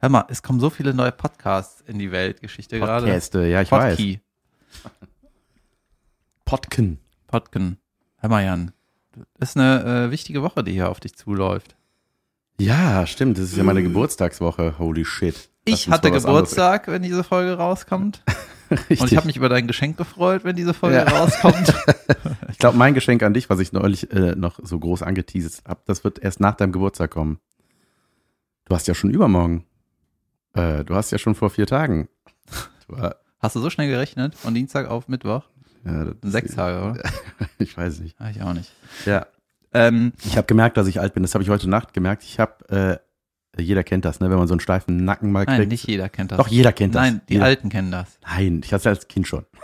Hör mal, es kommen so viele neue Podcasts in die Weltgeschichte gerade. Podcaste, ja, ich Podki. weiß. Podken. Hör mal, Jan. Das ist eine wichtige Woche, die hier auf dich zuläuft. Ja, stimmt. Das ist ja meine Geburtstagswoche. Holy shit. Ich hatte Geburtstag, wenn diese Folge rauskommt. Richtig. Und ich habe mich über dein Geschenk gefreut, wenn diese Folge rauskommt. Ich glaube, mein Geschenk an dich, was ich neulich noch so groß angeteasert habe, das wird erst nach deinem Geburtstag kommen. Du hast ja schon übermorgen. Du hast ja schon vor 4 Tagen. Hast du so schnell gerechnet? Von Dienstag auf Mittwoch? Ja, 6 Tage, oder? Ich weiß nicht. Ich auch nicht. Ja. Ich habe gemerkt, dass ich alt bin. Das habe ich heute Nacht gemerkt. Ich habe, jeder kennt das, ne, wenn man so einen steifen Nacken mal kriegt. Nein, nicht jeder kennt das. Doch, jeder kennt das. Nein, die jeder. Alten kennen das. Nein, ich hatte es als Kind schon.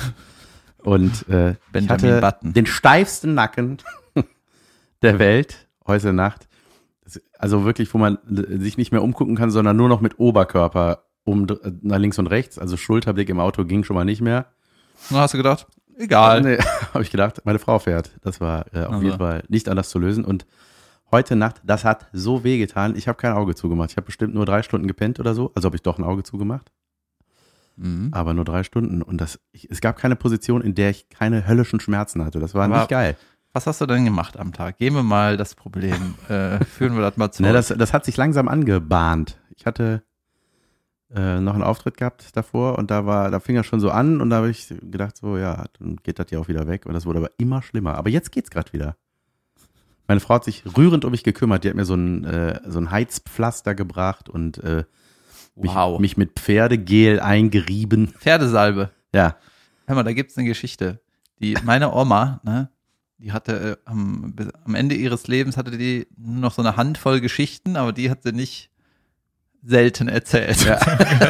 Und ich hatte Button. den steifsten Nacken der Welt heute Nacht. Also wirklich, wo man sich nicht mehr umgucken kann, sondern nur noch mit Oberkörper nach links und rechts. Also Schulterblick im Auto ging schon mal nicht mehr. Dann hast du gedacht, egal. Nee, habe ich gedacht, meine Frau fährt. Das war auf jeden Fall nicht anders zu lösen. Und heute Nacht, das hat so wehgetan. Ich habe kein Auge zugemacht. Ich habe bestimmt nur 3 Stunden gepennt oder so. Also habe ich doch ein Auge zugemacht. Mhm. Aber nur 3 Stunden. Und es gab keine Position, in der ich keine höllischen Schmerzen hatte. Das war nicht geil. Was hast du denn gemacht am Tag? Gehen wir mal das Problem, führen wir das mal zu. Ne, das hat sich langsam angebahnt. Ich hatte noch einen Auftritt gehabt davor und da fing er schon so an und da habe ich gedacht so, ja, dann geht das ja auch wieder weg. Und das wurde aber immer schlimmer. Aber jetzt geht's gerade wieder. Meine Frau hat sich rührend um mich gekümmert. Die hat mir so ein Heizpflaster gebracht und mich mit Pferdegel eingerieben. Pferdesalbe. Ja. Hör mal, da gibt's eine Geschichte. Meine Oma, ne, die hatte am Ende ihres Lebens hatte die nur noch so eine Handvoll Geschichten, aber die hat sie nicht selten erzählt. Ja.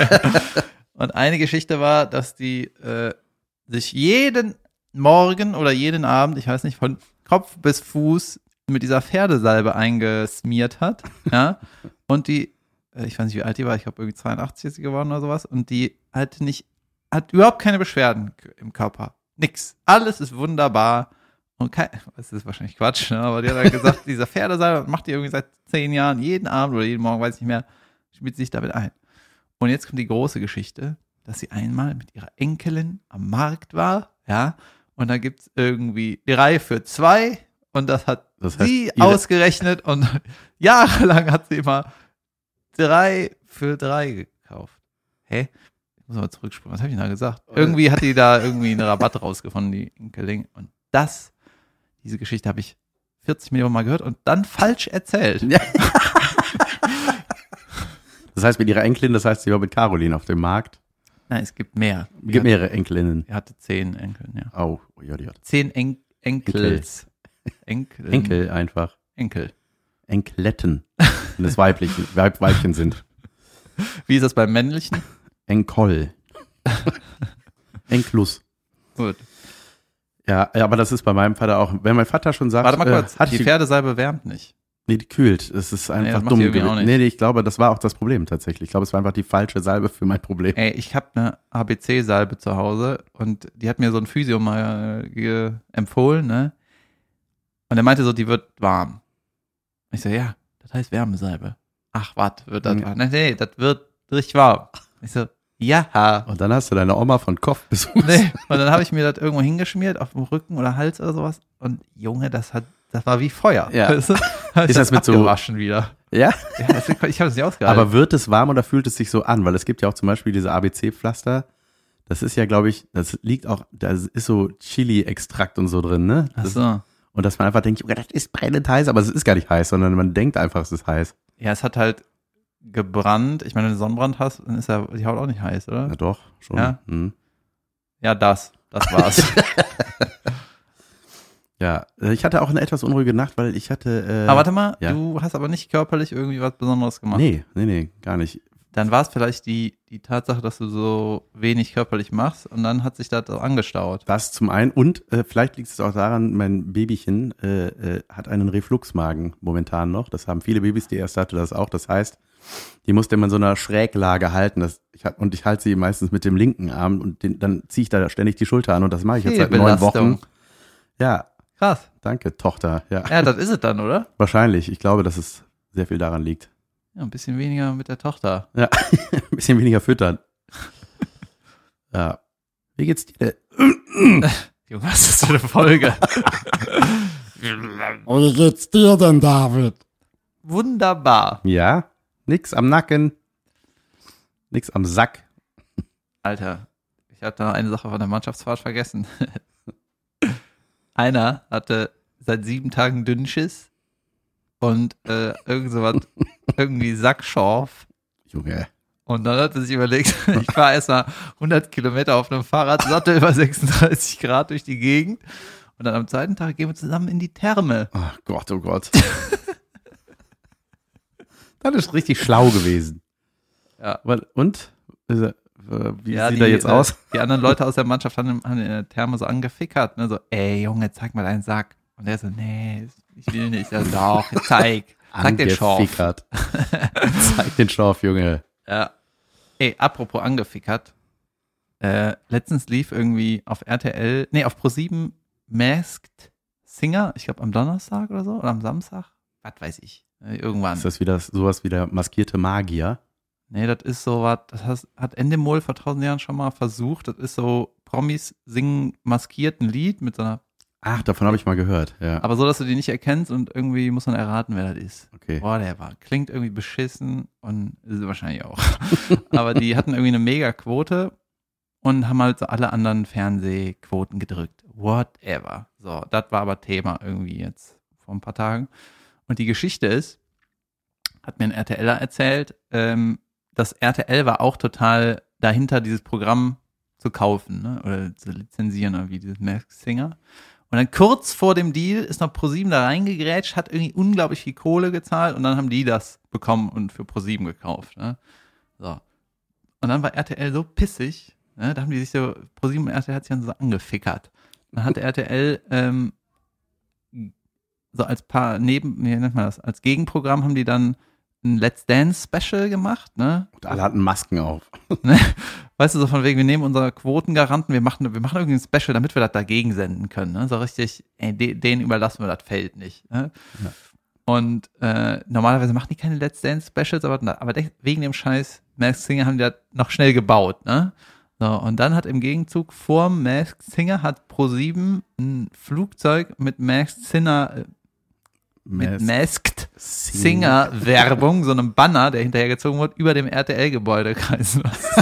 Und eine Geschichte war, dass die sich jeden Morgen oder jeden Abend, ich weiß nicht, von Kopf bis Fuß mit dieser Pferdesalbe eingesmiert hat. Ja. Und die, ich weiß nicht, wie alt die war, ich glaube irgendwie 82 ist sie geworden oder sowas. Und die hat überhaupt keine Beschwerden im Körper. Nix. Alles ist wunderbar. Und das ist wahrscheinlich Quatsch, ne? Aber die hat halt gesagt, diese Pferdesalbe macht die irgendwie seit 10 Jahren, jeden Abend oder jeden Morgen, weiß ich nicht mehr, schmiert sich damit ein. Und jetzt kommt die große Geschichte, dass sie einmal mit ihrer Enkelin am Markt war, ja, und da gibt's irgendwie 3 für 2 und das heißt, sie ausgerechnet und jahrelang hat sie immer 3 für 3 gekauft. Hä? Ich muss mal zurückspulen, was habe ich denn da gesagt? Irgendwie hat die da irgendwie einen Rabatt rausgefunden, die Enkelin. Und diese Geschichte habe ich 40 Millionen Mal gehört und dann falsch erzählt. Das heißt mit ihrer Enkelin, das heißt, sie war mit Caroline auf dem Markt. Nein, es gibt mehr. Es gibt mehrere Enkelinnen. Er hatte 10 Enkeln, ja. Oh, ja, die hat 10 Enkels. Enkel einfach. Enkel. Enkletten, wenn es Weibchen sind. Wie ist das beim männlichen? Enkol. Enklus. Gut. Ja, aber das ist bei meinem Vater auch. Wenn mein Vater schon sagt, warte mal kurz, die Pferdesalbe wärmt nicht. Nee, die kühlt. Das ist einfach dumm gewesen. Nee, ich glaube, das war auch das Problem tatsächlich. Ich glaube, es war einfach die falsche Salbe für mein Problem. Ey, ich habe eine ABC-Salbe zu Hause und die hat mir so ein Physio mal empfohlen, ne? Und er meinte so, die wird warm. Ich so, ja, das heißt Wärmesalbe. Ach, was, wird das warm? Nee, das wird richtig warm. Ich so, ja. Und dann hast du deine Oma von Kopf bis Fuß. Nee, und dann habe ich mir das irgendwo hingeschmiert, auf dem Rücken oder Hals oder sowas. Und Junge, das war wie Feuer. Ja. Weißt du? Ist das mit so abgewaschen wieder? Ja? Ja, ich habe es nicht ausgehalten. Aber wird es warm oder fühlt es sich so an? Weil es gibt ja auch zum Beispiel diese ABC-Pflaster. Das ist ja, glaube ich, das liegt auch, da ist so Chili-Extrakt und so drin, ne? Ach so. Und dass man einfach denkt, das ist brennend heiß, aber es ist gar nicht heiß, sondern man denkt einfach, es ist heiß. Ja, es hat halt gebrannt. Ich meine, wenn du Sonnenbrand hast, dann ist ja die Haut auch nicht heiß, oder? Ja, doch, schon. Ja, ja das war's. Ja, ich hatte auch eine etwas unruhige Nacht, weil ich hatte... aber warte mal, ja. Du hast aber nicht körperlich irgendwie was Besonderes gemacht. Nee, gar nicht. Dann war es vielleicht die Tatsache, dass du so wenig körperlich machst und dann hat sich das angestaut. Das zum einen und vielleicht liegt es auch daran, mein Babychen hat einen Refluxmagen momentan noch. Das haben viele Babys, die erste hatte das auch. Das heißt, die musste immer in so einer Schräglage halten. Und ich halte sie meistens mit dem linken Arm und dann ziehe ich da ständig die Schulter an und das mache ich jetzt seit 9 Wochen. Ja. Krass. Danke, Tochter. Ja, das ist es dann, oder? Wahrscheinlich. Ich glaube, dass es sehr viel daran liegt. Ja, ein bisschen weniger mit der Tochter. Ja, ein bisschen weniger füttern. Ja. Wie geht's dir denn? Junge, was ist das für eine Folge? Und wie geht's dir denn, David? Wunderbar. Ja, nix am Nacken, nix am Sack. Alter, ich hatte noch eine Sache von der Mannschaftsfahrt vergessen. Einer hatte seit 7 Tagen Dünnschiss und irgend sowas, irgendwie Sackschorf. Junge. Und dann hat er sich überlegt, ich fahre erstmal 100 Kilometer auf einem Fahrrad, Sattel über 36 Grad durch die Gegend. Und dann am zweiten Tag gehen wir zusammen in die Therme. Ach Gott, oh Gott. Das ist richtig schlau gewesen. Ja. Und? Wie Ja, sieht er jetzt aus? Die anderen Leute aus der Mannschaft haben in der Therme so angefickert. Ne? So, ey Junge, zeig mal deinen Sack. Und der so, nee, ich will nicht. Ja, doch, zeig den Schorf. Angefickert. Zeig den Schorf, Junge. Ja. Ey, apropos angefickert. Letztens lief irgendwie auf RTL, nee, auf ProSieben Masked Singer, ich glaube am Donnerstag oder so, oder am Samstag, was weiß ich, irgendwann. Ist das wieder sowas wie der maskierte Magier? Nee, das ist so was, hat Endemol vor 1000 Jahren schon mal versucht, das ist so, Promis singen maskiert ein Lied mit so einer, Ach, davon habe ich mal gehört, ja. aber so, dass du die nicht erkennst und irgendwie muss man erraten, wer das ist. Okay. Boah, klingt irgendwie beschissen und ist es wahrscheinlich auch. Aber die hatten irgendwie eine Mega-Quote und haben halt so alle anderen Fernsehquoten gedrückt. Whatever. So, das war aber Thema irgendwie jetzt vor ein paar Tagen. Und die Geschichte ist, hat mir ein RTLer erzählt, das RTL war auch total dahinter, dieses Programm zu kaufen, ne? Oder zu lizenzieren, oder wie dieses Masked Singer. Und dann kurz vor dem Deal ist noch ProSieben da reingegrätscht, hat irgendwie unglaublich viel Kohle gezahlt und dann haben die das bekommen und für ProSieben gekauft. Ne? So. Und dann war RTL so pissig, ne? Da haben die sich so, ProSieben und RTL hat sich dann so angefickert. Dann hat RTL so als wie nennt man das, als Gegenprogramm haben die dann ein Let's Dance Special gemacht, ne? Und alle hatten Masken auf. Ne? Weißt du, so von wegen, wir nehmen unsere Quotengaranten, wir machen irgendwie ein Special, damit wir das dagegen senden können, ne? So richtig, denen überlassen wir das Feld nicht, ne? Ja. Und normalerweise machen die keine Let's Dance Specials, aber wegen dem Scheiß Masked Singer haben die das noch schnell gebaut, ne? So, und dann hat im Gegenzug vor Masked Singer hat ProSieben ein Flugzeug mit Masked Singer mit Masked Singer Werbung, so einem Banner, der hinterhergezogen wird, über dem RTL-Gebäude kreisen lassen.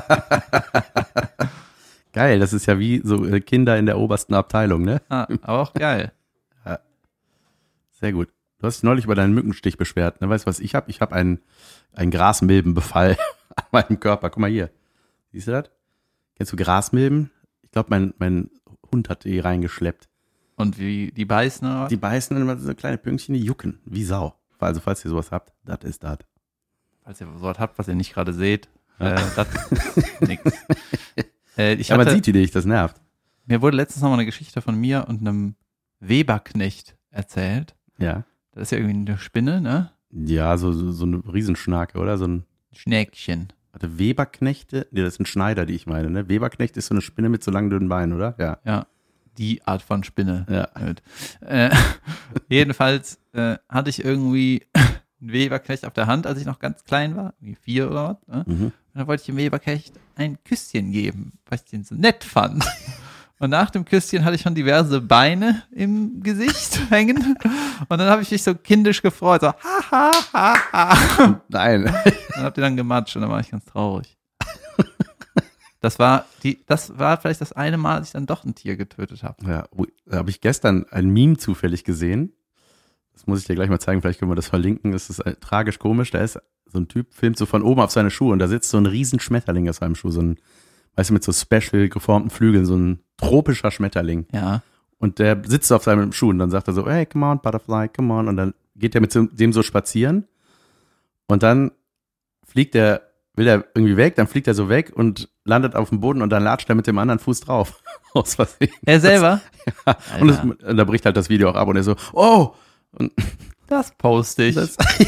Geil, das ist ja wie so Kinder in der obersten Abteilung, ne? Ah, aber auch geil. Ja. Sehr gut. Du hast dich neulich über deinen Mückenstich beschwert, ne? Weißt du, was ich habe? Ich habe einen Grasmilbenbefall an meinem Körper. Guck mal hier. Siehst du das? Kennst du Grasmilben? Ich glaube, mein Hund hat die reingeschleppt. Und wie die beißen, oder? Die beißen dann immer so kleine Pünktchen, die jucken, wie Sau. Also falls ihr sowas habt, das ist das. Falls ihr sowas habt, was ihr nicht gerade seht, das nix. Man sieht die nicht, das nervt. Mir wurde letztens noch mal eine Geschichte von mir und einem Weberknecht erzählt. Ja. Das ist ja irgendwie eine Spinne, ne? Ja, so eine Riesenschnake, oder? So ein Schnäckchen. Warte, Weberknechte? Nee, das ist ein Schneider, die ich meine, ne? Weberknecht ist so eine Spinne mit so langen, dünnen Beinen, oder? Ja. Ja, die Art von Spinne. Ja. Jedenfalls hatte ich irgendwie einen Weberknecht auf der Hand, als ich noch ganz klein war, irgendwie 4 oder was. Ne? Mhm. Und dann wollte ich dem Weberknecht ein Küsschen geben, weil ich den so nett fand. Und nach dem Küsschen hatte ich schon diverse Beine im Gesicht hängen. Und dann habe ich mich so kindisch gefreut, so ha, ha, ha, ha. Nein. Dann habt ihr dann gematscht und dann war ich ganz traurig. Das war vielleicht das eine Mal, dass ich dann doch ein Tier getötet habe. Ja, da habe ich gestern ein Meme zufällig gesehen. Das muss ich dir gleich mal zeigen, vielleicht können wir das verlinken. Das ist tragisch komisch. Da ist so ein Typ, filmt so von oben auf seine Schuhe und da sitzt so ein riesen Schmetterling aus seinem Schuh. So ein, weißt du, mit so special geformten Flügeln, so ein tropischer Schmetterling. Ja. Und der sitzt auf seinem Schuh und dann sagt er so, hey, come on, Butterfly, come on. Und dann geht er mit dem so spazieren und dann will er irgendwie weg, dann fliegt er so weg und landet auf dem Boden und dann latscht er mit dem anderen Fuß drauf. Aus Versehen. Er selber? Ja. Und da bricht halt das Video auch ab und er so, oh! Und das poste ich.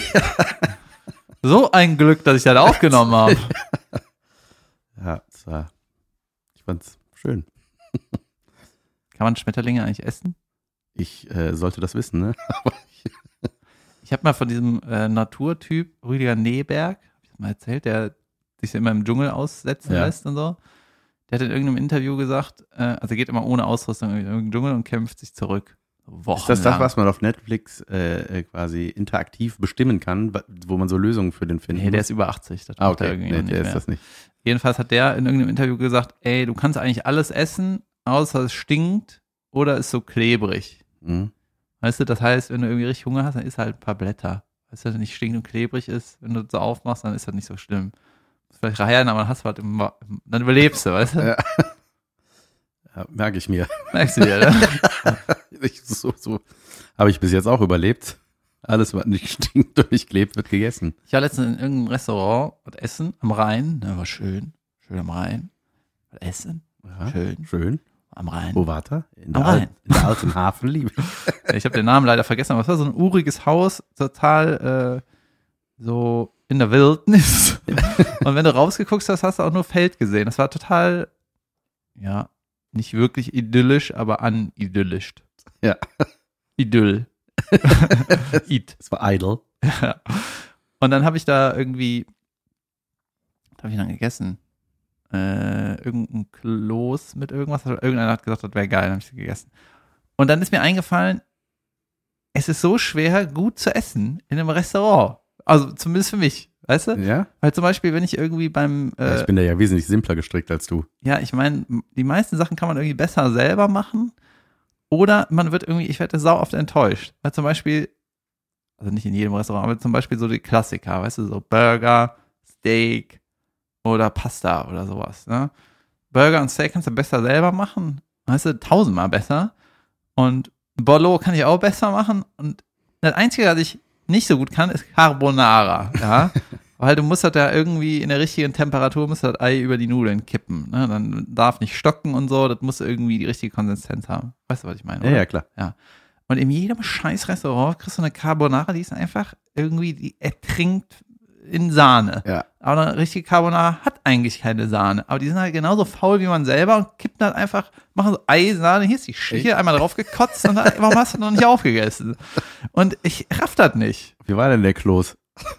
So ein Glück, dass ich das aufgenommen habe. Ja, ich fand's schön. Kann man Schmetterlinge eigentlich essen? Ich sollte das wissen, ne? Ich habe mal von diesem Naturtyp Rüdiger Neberg, hab ich das mal erzählt, der sich immer im Dschungel aussetzen lässt und so. Der hat in irgendeinem Interview gesagt, also er geht immer ohne Ausrüstung in irgendeinen Dschungel und kämpft sich zurück. Ist das das, was man auf Netflix quasi interaktiv bestimmen kann, wo man so Lösungen für den findet? Nee, der ist über 80. Das okay, irgendwie nee, nicht der mehr. ist das nicht. Jedenfalls hat der in irgendeinem Interview gesagt, ey, du kannst eigentlich alles essen, außer es stinkt oder ist so klebrig. Mhm. Weißt du, das heißt, wenn du irgendwie richtig Hunger hast, dann isst halt ein paar Blätter. Weißt du, wenn es nicht stinkt und klebrig ist, wenn du das so aufmachst, dann ist das nicht so schlimm. Vielleicht reiern, aber dann hast du halt dann überlebst du, weißt du? Ja. Ja, merke ich mir. Merkst du dir, ne? So habe ich bis jetzt auch überlebt. Alles, was nicht stinkt und nicht klebt, wird gegessen. Ich war letztens in irgendeinem Restaurant und essen am Rhein. Ne, war schön. Schön am Rhein. Was essen. Ja, Schön. Schön. Am Rhein. Wo war er? In Am Rhein. In der alten Hafen, liebe. Ich habe den Namen leider vergessen, aber es war so ein uriges Haus, total so in der Wildnis. Und wenn du rausgeguckt hast, hast du auch nur Feld gesehen. Das war total, ja, nicht wirklich idyllisch, aber anidyllisch. Ja. Idyll. Es war idle. Ja. Und dann habe ich da irgendwie, was habe ich dann gegessen? Irgendein Kloß mit irgendwas. Irgendeiner hat gesagt, das wäre geil, dann habe ich sie gegessen. Und dann ist mir eingefallen, es ist so schwer, gut zu essen in einem Restaurant. Also zumindest für mich, weißt du? Ja? Weil zum Beispiel, wenn ich irgendwie Ich bin da ja wesentlich simpler gestrickt als du. ja, ich meine, die meisten Sachen kann man irgendwie besser selber machen. Oder man wird irgendwie, ich werde sau oft enttäuscht. Weil zum Beispiel, also nicht in jedem Restaurant, aber zum Beispiel so die Klassiker, weißt du, so Burger, Steak oder Pasta oder sowas. Ne? Burger und Steak kannst du besser selber machen, weißt du, 1000-mal besser. Und Bollo kann ich auch besser machen. Und das Einzige, was ich nicht so gut kann, ist Carbonara. Ja? Weil du musst das ja irgendwie in der richtigen Temperatur, musst du das Ei über die Nudeln kippen. Ne? Dann darf nicht stocken und so, das muss irgendwie die richtige Konsistenz haben. Weißt du, was ich meine? Ja, Oder? ja, klar. Ja. Und in jedem scheiß Restaurant kriegst du eine Carbonara, die ist einfach irgendwie, die ertrinkt in Sahne. Ja. Aber eine richtige Carbonara hat eigentlich keine Sahne. Aber die sind halt genauso faul wie man selber und kippen halt einfach, machen so Eisahne, hier ist die Schicht, einmal drauf gekotzt und dann, warum hast du noch nicht aufgegessen? Und ich raff das nicht. Wie war denn der Kloß?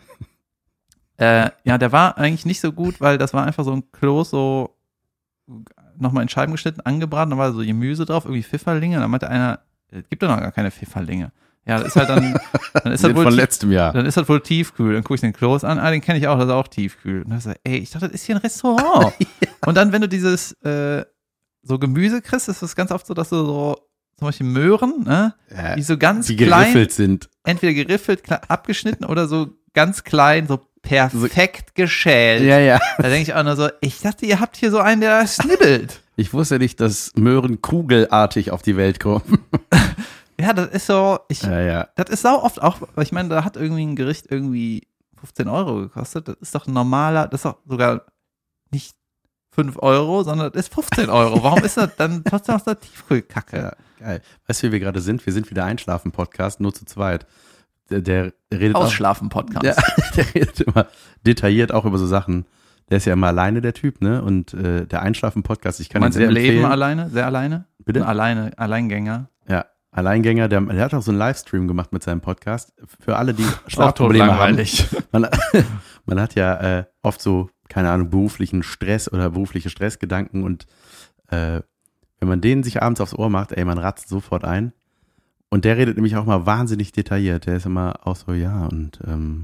Ja, der war eigentlich nicht so gut, weil das war einfach so ein Kloß, so nochmal in Scheiben geschnitten, angebraten, da war so Gemüse drauf, irgendwie Pfifferlinge. Dann meinte einer, es gibt doch noch gar keine Pfifferlinge. Ja, das ist halt dann ist das wohl von letztem Jahr. Dann ist das wohl tiefkühl. Dann gucke ich den Kloß an, den kenne ich auch, das ist auch tiefkühl. Und dann so, ey, ich dachte, das ist hier ein Restaurant. Und dann, wenn du dieses so Gemüse kriegst, ist es ganz oft so, dass du so zum Beispiel Möhren, ne, Ja, die so ganz die klein, geriffelt sind. entweder geriffelt, abgeschnitten oder so ganz klein, so perfekt geschält. Ja, ja. Da denke ich auch nur so, ich dachte, ihr habt hier so einen, der schnibbelt. Ich wusste nicht, dass Möhren kugelartig auf die Welt kommen. Ja, das ist so, Ja. das ist sau oft auch, weil ich meine, da hat irgendwie ein Gericht irgendwie 15 € gekostet. Das ist doch ein normaler, das ist doch sogar nicht 5 €, sondern das ist 15 €. Warum ist das dann trotzdem aus der Tiefkühlkacke? Ja, geil. Weißt du, wie wir gerade sind? Wir sind wieder Einschlafen-Podcast, nur zu zweit. Der redet Ausschlafen-Podcast. Ja, der redet immer detailliert auch über so Sachen. Der ist ja immer alleine, der Typ, ne? Und der Einschlafen-Podcast, ich kann ihn Meinst du sehr im Leben empfehlen. alleine? Sehr alleine? Bitte? Alleingänger. Ja, Alleingänger, der hat auch so einen Livestream gemacht mit seinem Podcast. Für alle, die Auch Schlafprobleme haben. langweilig. Man hat ja oft so, keine Ahnung, beruflichen Stress oder berufliche Stressgedanken und wenn man denen sich abends aufs Ohr macht, ey, man ratzt sofort ein. Und der redet nämlich auch mal wahnsinnig detailliert. Der ist immer auch so, ja, und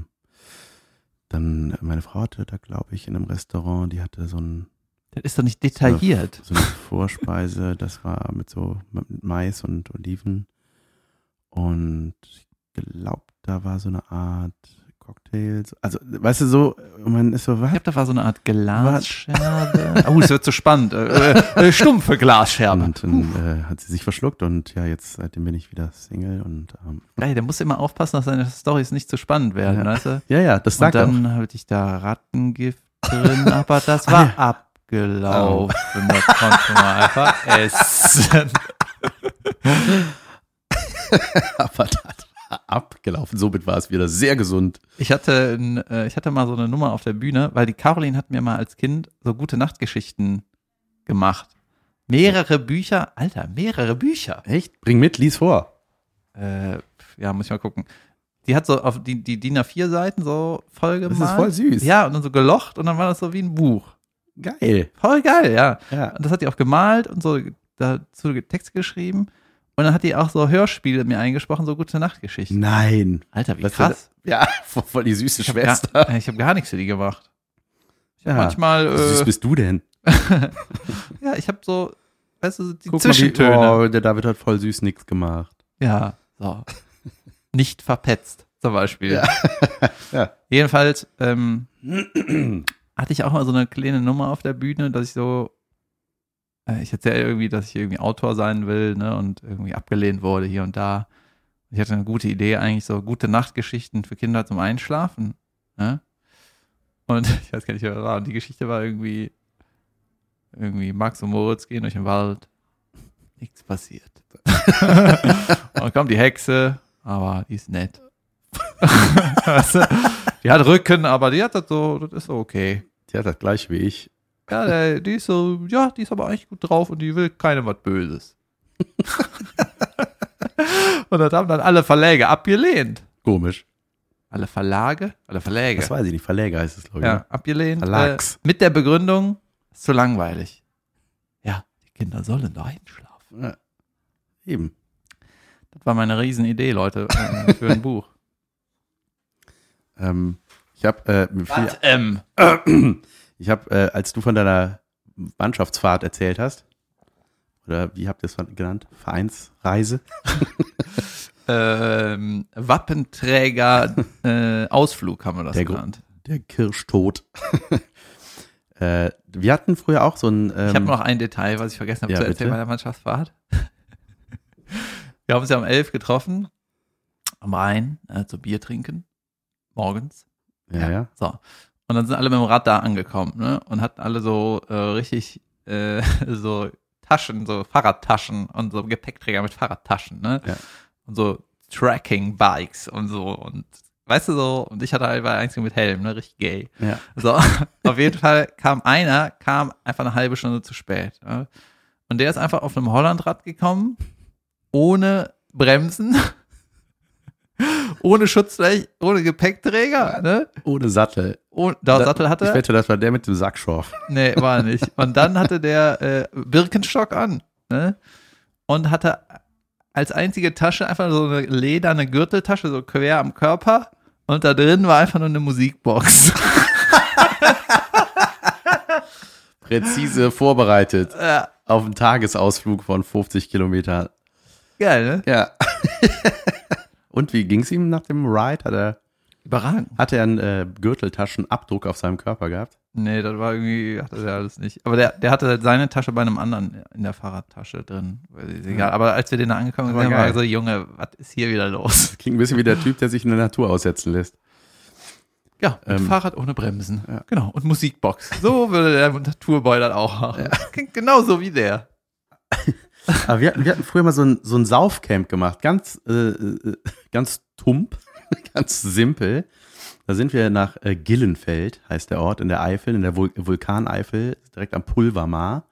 dann, meine Frau hatte da, glaube ich, in einem Restaurant, die hatte so ein Das ist doch nicht detailliert. so eine Vorspeise, das war mit Mais und Oliven. Und ich glaube, da war so eine Art Cocktails. Also, weißt du, so, man ist so, Ich was? glaube, da war so eine Art Glasscherbe. Oh, es wird so spannend. Stumpfe Glasscherbe. Und dann hat sie sich verschluckt und ja, jetzt seitdem bin ich wieder Single und Ey, der muss immer aufpassen, dass seine Storys nicht zu spannend werden, weißt du? ja, das Und sagt er auch. dann hatte ich da Rattengift drin, aber das war abgelaufen. Das konnte man einfach essen. Aber das war abgelaufen. Somit war es wieder sehr gesund. Ich hatte mal so eine Nummer auf der Bühne, weil die Caroline hat mir mal als Kind so gute Nachtgeschichten gemacht. Mehrere Bücher. Echt? Bring mit, lies vor. Ja, muss ich mal gucken. Die hat so auf die DIN A4 Seiten so voll gemalt. Das ist voll süß. Ja, und dann so gelocht und dann war das so wie ein Buch. Geil. Voll geil, ja. Ja. Und das hat die auch gemalt und so dazu Text geschrieben. Und dann hat die auch so Hörspiele mir eingesprochen, so Gute-Nacht-Geschichten. Nein. Alter, wie Was krass. Ja, voll die süße Ich hab Schwester. ich habe gar nichts für die gemacht. Ich hab Ja. manchmal, Wie süß bist du denn? ja, ich habe so, weißt du, die Guck mal, Zwischentöne. der David hat voll süß nichts gemacht. Ja, so. Nicht verpetzt, zum Beispiel. Ja. Ja. Jedenfalls hatte ich auch mal so eine kleine Nummer auf der Bühne, dass ich so, ich erzähle irgendwie, dass ich irgendwie Autor sein will, ne, und irgendwie abgelehnt wurde hier und da. Ich hatte eine gute Idee, eigentlich so gute Nachtgeschichten für Kinder zum Einschlafen, ne? Und ich weiß gar nicht, wer das war. Und die Geschichte war irgendwie Max und Moritz gehen durch den Wald, nichts passiert. Und dann kommt die Hexe, aber die ist nett. Weißt du? Die hat Rücken, aber die hat das so, das ist so okay. Die hat das gleich wie ich. Ja, die ist so, ja, die ist aber eigentlich gut drauf und die will keinem was Böses. Und das haben dann alle Verläge abgelehnt. Komisch. Alle Verlage? Alle Verläge. Das weiß ich nicht. Verleger heißt es, glaube ich. Ja, abgelehnt. Verlags. Mit der Begründung, ist zu langweilig. Ja, die Kinder sollen da einschlafen. Ja. Eben. Das war meine Riesenidee, Leute, für ein Buch. Ich habe, als du von deiner Mannschaftsfahrt erzählt hast, oder wie habt ihr es genannt? Vereinsreise? Wappenträger Ausflug haben wir das genannt. Der Kirschtod. Wir hatten früher auch so ein. Ich habe noch ein Detail, was ich vergessen habe Ja, zu erzählen bitte. bei der Mannschaftsfahrt. Wir haben uns ja um 11 getroffen, am Rhein, zu Bier trinken, morgens. Ja. So. Und dann sind alle mit dem Rad da angekommen, ne? Und hatten alle so richtig so Taschen, so Fahrradtaschen und so Gepäckträger mit Fahrradtaschen, ne? Ja. Und so Tracking-Bikes und so. Und weißt du so, und ich war einzig mit Helm, ne? Richtig gay. Ja. So, auf jeden Fall kam einfach eine halbe Stunde zu spät. Ne? Und der ist einfach auf einem Hollandrad gekommen, ohne Bremsen, ohne Schutzblech, ohne Gepäckträger, ne? Ohne Sattel. Sattel hatte Ich er? wette, das war der mit dem Sackschorf. Nee, war er nicht. Und dann hatte der Birkenstock an, ne? Und hatte als einzige Tasche einfach so eine lederne Gürteltasche, so quer am Körper. Und da drin war einfach nur eine Musikbox. Präzise vorbereitet Ja. auf einen Tagesausflug von 50 Kilometern. Geil, ne? Ja. Und wie ging's ihm nach dem Ride? Überragend. Hatte er einen Gürteltaschenabdruck auf seinem Körper gehabt? Nee, das war irgendwie, hatte der alles nicht. Aber der hatte seine Tasche bei einem anderen in der Fahrradtasche drin. Ist egal. Aber als wir den da angekommen War sind, war geil. er so, Junge, was ist hier wieder los? Das klingt ein bisschen wie der Typ, der sich in der Natur aussetzen lässt. Ja, mit Fahrrad ohne Bremsen. Ja. Genau. Und Musikbox. So würde der Naturboy dann auch machen. Klingt genauso wie der. Aber wir hatten früher mal so ein Saufcamp gemacht. Ganz tump, ganz simpel. Da sind wir nach Gillenfeld, heißt der Ort, in der Eifel, in der Vulkaneifel, direkt am Pulvermar.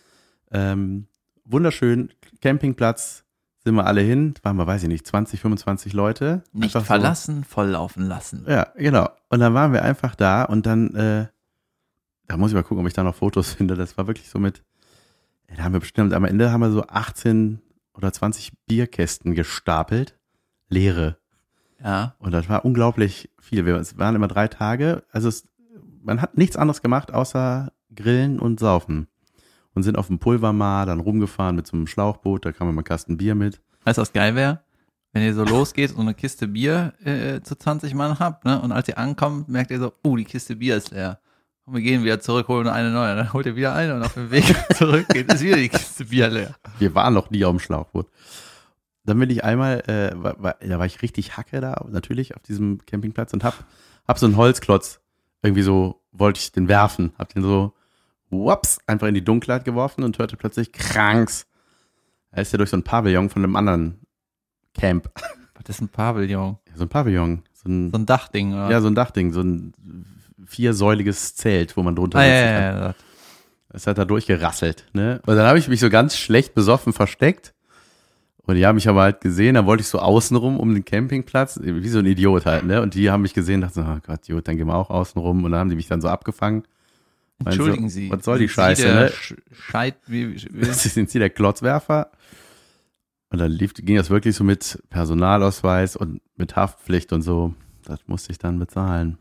Wunderschön, Campingplatz, sind wir alle hin. Waren wir, weiß ich nicht, 20, 25 Leute. Nicht Einfach verlassen, volllaufen lassen. So, ja, genau. Und dann waren wir einfach da und dann, da muss ich mal gucken, ob ich da noch Fotos finde. Das war wirklich so da haben wir bestimmt, am Ende haben wir so 18 oder 20 Bierkästen gestapelt. Leere. Ja. Und das war unglaublich viel. Es waren immer 3 Tage. Also man hat nichts anderes gemacht, außer Grillen und Saufen. Und sind auf dem Pulvermar dann rumgefahren mit so einem Schlauchboot. Da kam immer ein Kasten Bier mit. Weißt du, was geil wäre? Wenn ihr so losgeht und eine Kiste Bier zu 20 Mann habt, ne? Und als ihr ankommt, merkt ihr so, die Kiste Bier ist leer. Und wir gehen wieder zurück, holen eine neue. Dann holt ihr wieder eine und auf dem Weg zurück ist wieder die Kiste Bier leer. Wir waren noch nie auf dem Schlauchboot. Dann bin ich einmal, da war ich richtig Hacke da, natürlich auf diesem Campingplatz und hab so einen Holzklotz, irgendwie so, wollte ich den werfen, hab den so, whoops, einfach in die Dunkelheit geworfen und hörte plötzlich Kranks. Er ist ja durch so ein Pavillon von einem anderen Camp. Was ist ein Pavillon? So ein Pavillon. So ein Dachding, oder? Ja, so ein Dachding, so ein 4-säuliges Zelt, wo man drunter sitzen kann. Ja. Das hat da durchgerasselt, ne? Und dann habe ich mich so ganz schlecht besoffen versteckt. Und die haben mich aber halt gesehen, da wollte ich so außenrum um den Campingplatz, wie so ein Idiot halt, ne? Und die haben mich gesehen, dachten so, oh Gott, Idiot, dann gehen wir auch außenrum. Und dann haben die mich dann so abgefangen. Entschuldigen so, Sie. was soll die sind Scheiße, Sie der ne? Sind Sie der Klotzwerfer? Und dann ging das wirklich so mit Personalausweis und mit Haftpflicht und so. Das musste ich dann bezahlen.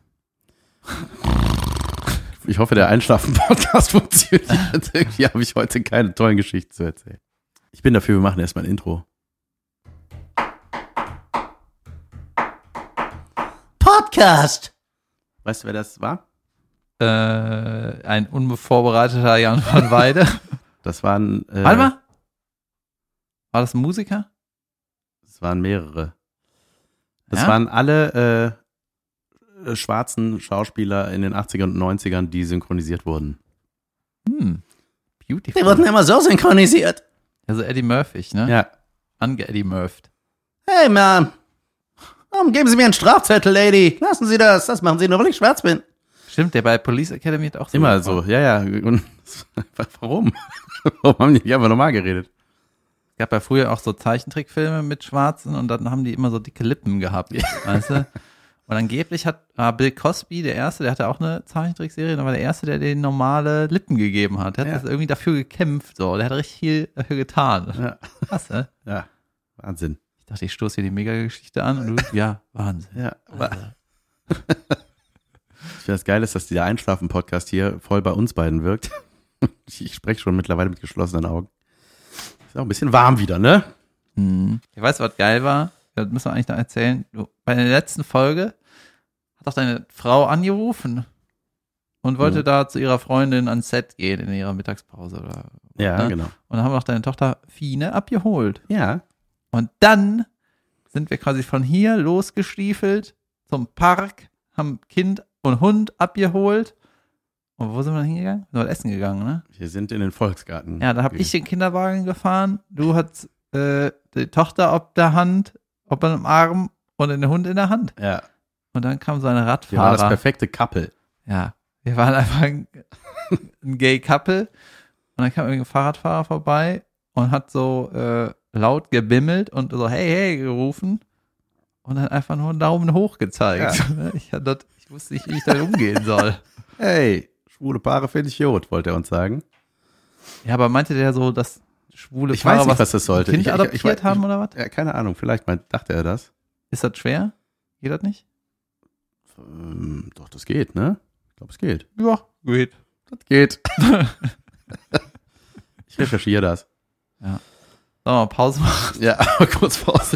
Ich hoffe, der Einschlafen-Podcast funktioniert. Irgendwie habe ich heute keine tollen Geschichten zu erzählen. Ich bin dafür, wir machen erstmal ein Intro. Podcast! Weißt du, wer das war? Ein unvorbereiteter Jan van Weide. Das waren. Warte mal. War das ein Musiker? Das waren mehrere. Das Ja? waren alle schwarzen Schauspieler in den 80ern und 90ern, die synchronisiert wurden. Beautiful. Die wurden immer so synchronisiert. Also Eddie Murphy, ne? Ja. Ange-Eddie Murphy. Hey, Mann. Warum geben Sie mir einen Strafzettel, Lady? Lassen Sie das. Das machen Sie nur, weil ich schwarz bin. Stimmt, der bei Police Academy hat auch so. Immer so, ja. Und warum? Warum haben die nicht einfach normal geredet? Es gab ja früher auch so Zeichentrickfilme mit Schwarzen und dann haben die immer so dicke Lippen gehabt, weißt du? Und angeblich hat Bill Cosby, der Erste, der hatte auch eine Zeichentrickserie, der war der Erste, der denen normale Lippen gegeben hat. Der hat das irgendwie dafür gekämpft, so. Der hat richtig viel dafür getan. Ja. Krass, ne? Ja, Wahnsinn. Ich dachte, ich stoße hier die Mega-Geschichte an und du, ja, Wahnsinn. Ja, Also, ich finde das geil, ist, dass der Einschlafen-Podcast hier voll bei uns beiden wirkt. Ich spreche schon mittlerweile mit geschlossenen Augen. Ist auch ein bisschen warm wieder, ne? Ich weiß, was geil war. Das müssen wir eigentlich noch erzählen. Bei der letzten Folge hat auch deine Frau angerufen und wollte da zu ihrer Freundin ans Set gehen in ihrer Mittagspause. Oder, Ja, ne? genau. Und dann haben wir auch deine Tochter Fine abgeholt. Ja. Und dann sind wir quasi von hier losgestiefelt zum Park, haben Kind und Hund abgeholt. Und wo sind wir dann hingegangen? Wir sind essen gegangen, ne? Wir sind in den Volksgarten. Ja, da habe ich den Kinderwagen gefahren. Du hattest die Tochter ob der Hand, ob an dem Arm und den Hund in der Hand. Ja. Und dann kam so eine Wir waren Radfahrer. das perfekte Couple. Ja, wir waren einfach ein Gay Couple. Und dann kam irgendwie ein Fahrradfahrer vorbei und hat so laut gebimmelt und so hey gerufen und dann einfach nur einen Daumen hoch gezeigt. Ja. Ich wusste nicht, wie ich damit umgehen soll. Hey, schwule Paare finde ich gut, wollte er uns sagen. Ja, aber meinte der so, dass schwule Ich weiß Paare nicht, was das sollte. Kind adoptiert haben oder was? Ja, keine Ahnung, vielleicht dachte er das. Ist das schwer? Geht das nicht? Doch, das geht, ne? Ich glaube, es geht. Ja, geht. Das geht. Ich recherchiere das. Sollen wir mal Pause machen? Ja, aber kurz Pause.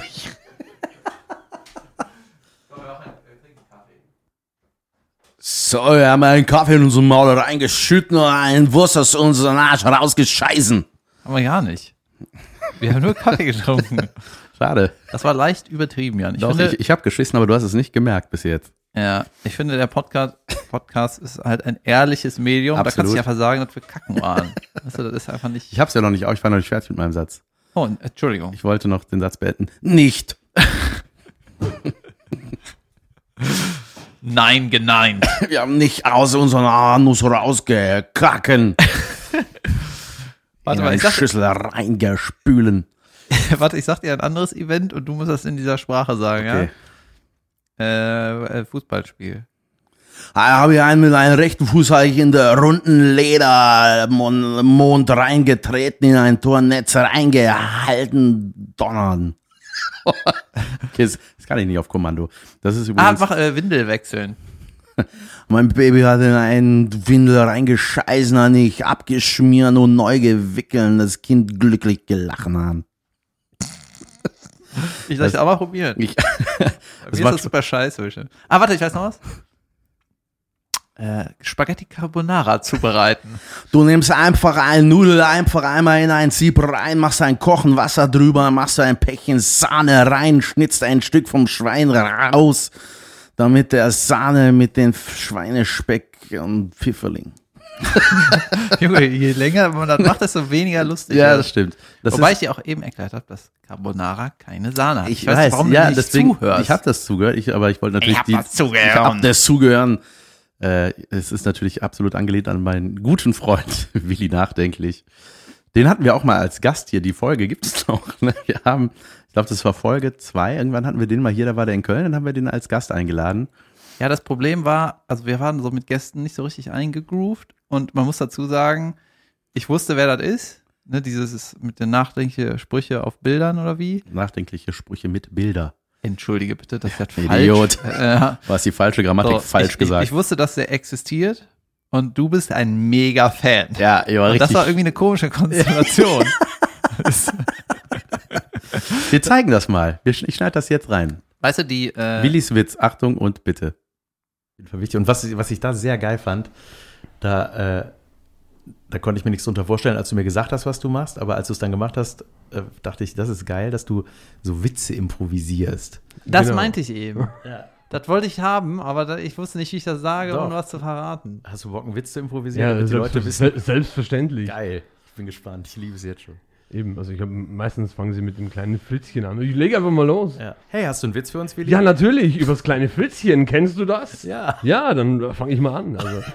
So, wir haben einen Kaffee in unseren Maul reingeschüttet und einen Wurst aus unserem Arsch rausgescheißen. Haben wir gar nicht. Wir haben nur Kaffee getrunken. Schade. Das war leicht übertrieben, Jan. Ich habe geschissen, aber du hast es nicht gemerkt bis jetzt. Ja, ich finde, der Podcast ist halt ein ehrliches Medium. Absolut. Da kannst du ja einfach sagen, dass wir kacken waren. Weißt du, das ist einfach nicht. Ich habe es ja noch nicht, ich war noch nicht fertig mit meinem Satz. Oh, Entschuldigung. Ich wollte noch den Satz beenden. Nicht. Nein, geneint. Wir haben nicht aus unserem Anus rausgekacken. Warte in mal, eine ich sag, Schüssel reingespülen. warte, ich sag dir ein anderes Event und du musst das in dieser Sprache sagen, Okay. ja? Fußballspiel. Habe ich einen mit einem rechten Fuß in der runden Ledermond reingetreten, in ein Tornetz reingehalten, donnern. Okay, das kann ich nicht auf Kommando. Das ist übrigens. Mach Windel wechseln. Mein Baby hat in einen Windel reingescheißen, hat nicht abgeschmiert und neu gewickelt, das Kind glücklich gelachen haben. Ich soll es auch mal probieren. Ich, Bei das mir macht ist das super scheiße. Bestimmt. Warte, ich weiß noch was. Spaghetti Carbonara zubereiten. Du nimmst einfach eine Nudel, einfach einmal in ein Sieb rein, machst ein Kochen Wasser drüber, machst ein Päckchen Sahne rein, schnitzt ein Stück vom Schwein raus, damit der Sahne mit den Schweinespeck und Pfifferling. Junge, je länger man das macht, desto weniger lustig. Ja, das stimmt. Wobei ich dir auch eben erklärt habe, dass Carbonara keine Sahne hat. Ich weiß nicht, warum du ja, nicht deswegen, zuhörst. ich habe das zugehört, aber ich wollte natürlich Ich hab das zugehören. Es ist natürlich absolut angelehnt an meinen guten Freund Willi Nachdenklich, Den hatten wir auch mal als Gast hier. Die Folge gibt es noch. Ne? Ich glaube, das war Folge 2. Irgendwann hatten wir den mal hier, da war der in Köln, dann haben wir den als Gast eingeladen. Ja, das Problem war, also wir waren so mit Gästen nicht so richtig eingegroovt und man muss dazu sagen, ich wusste, wer das ist. Ne, dieses mit den nachdenklichen Sprüche auf Bildern oder wie? Nachdenkliche Sprüche mit Bilder. Entschuldige bitte, das ist ja falsch. Idiot. Du hast die falsche Grammatik falsch gesagt. Ich wusste, dass der existiert und du bist ein mega Fan. Ja, ich war richtig. Das war irgendwie eine komische Konstellation. Wir zeigen das mal. Ich schneide das jetzt rein. Weißt du, die Willis Witz, Achtung und bitte. Wichtig. Und was ich da sehr geil fand, da konnte ich mir nichts drunter vorstellen, als du mir gesagt hast, was du machst, aber als du es dann gemacht hast, dachte ich, das ist geil, dass du so Witze improvisierst. Das meinte ich eben. Ja. Das wollte ich haben, aber ich wusste nicht, wie ich das sage, Doch. ohne was zu verraten. Hast du Bock, einen Witz zu improvisieren? Ja, damit die Leute wissen? Selbstverständlich. Geil. Ich bin gespannt. Ich liebe es jetzt schon. Eben, also meistens fangen sie mit dem kleinen Fritzchen an. Ich lege einfach mal los. Ja. Hey, hast du einen Witz für uns, Willi? Ja, natürlich, übers kleine Fritzchen. Kennst du das? Ja. Ja, dann fange ich mal an. Also.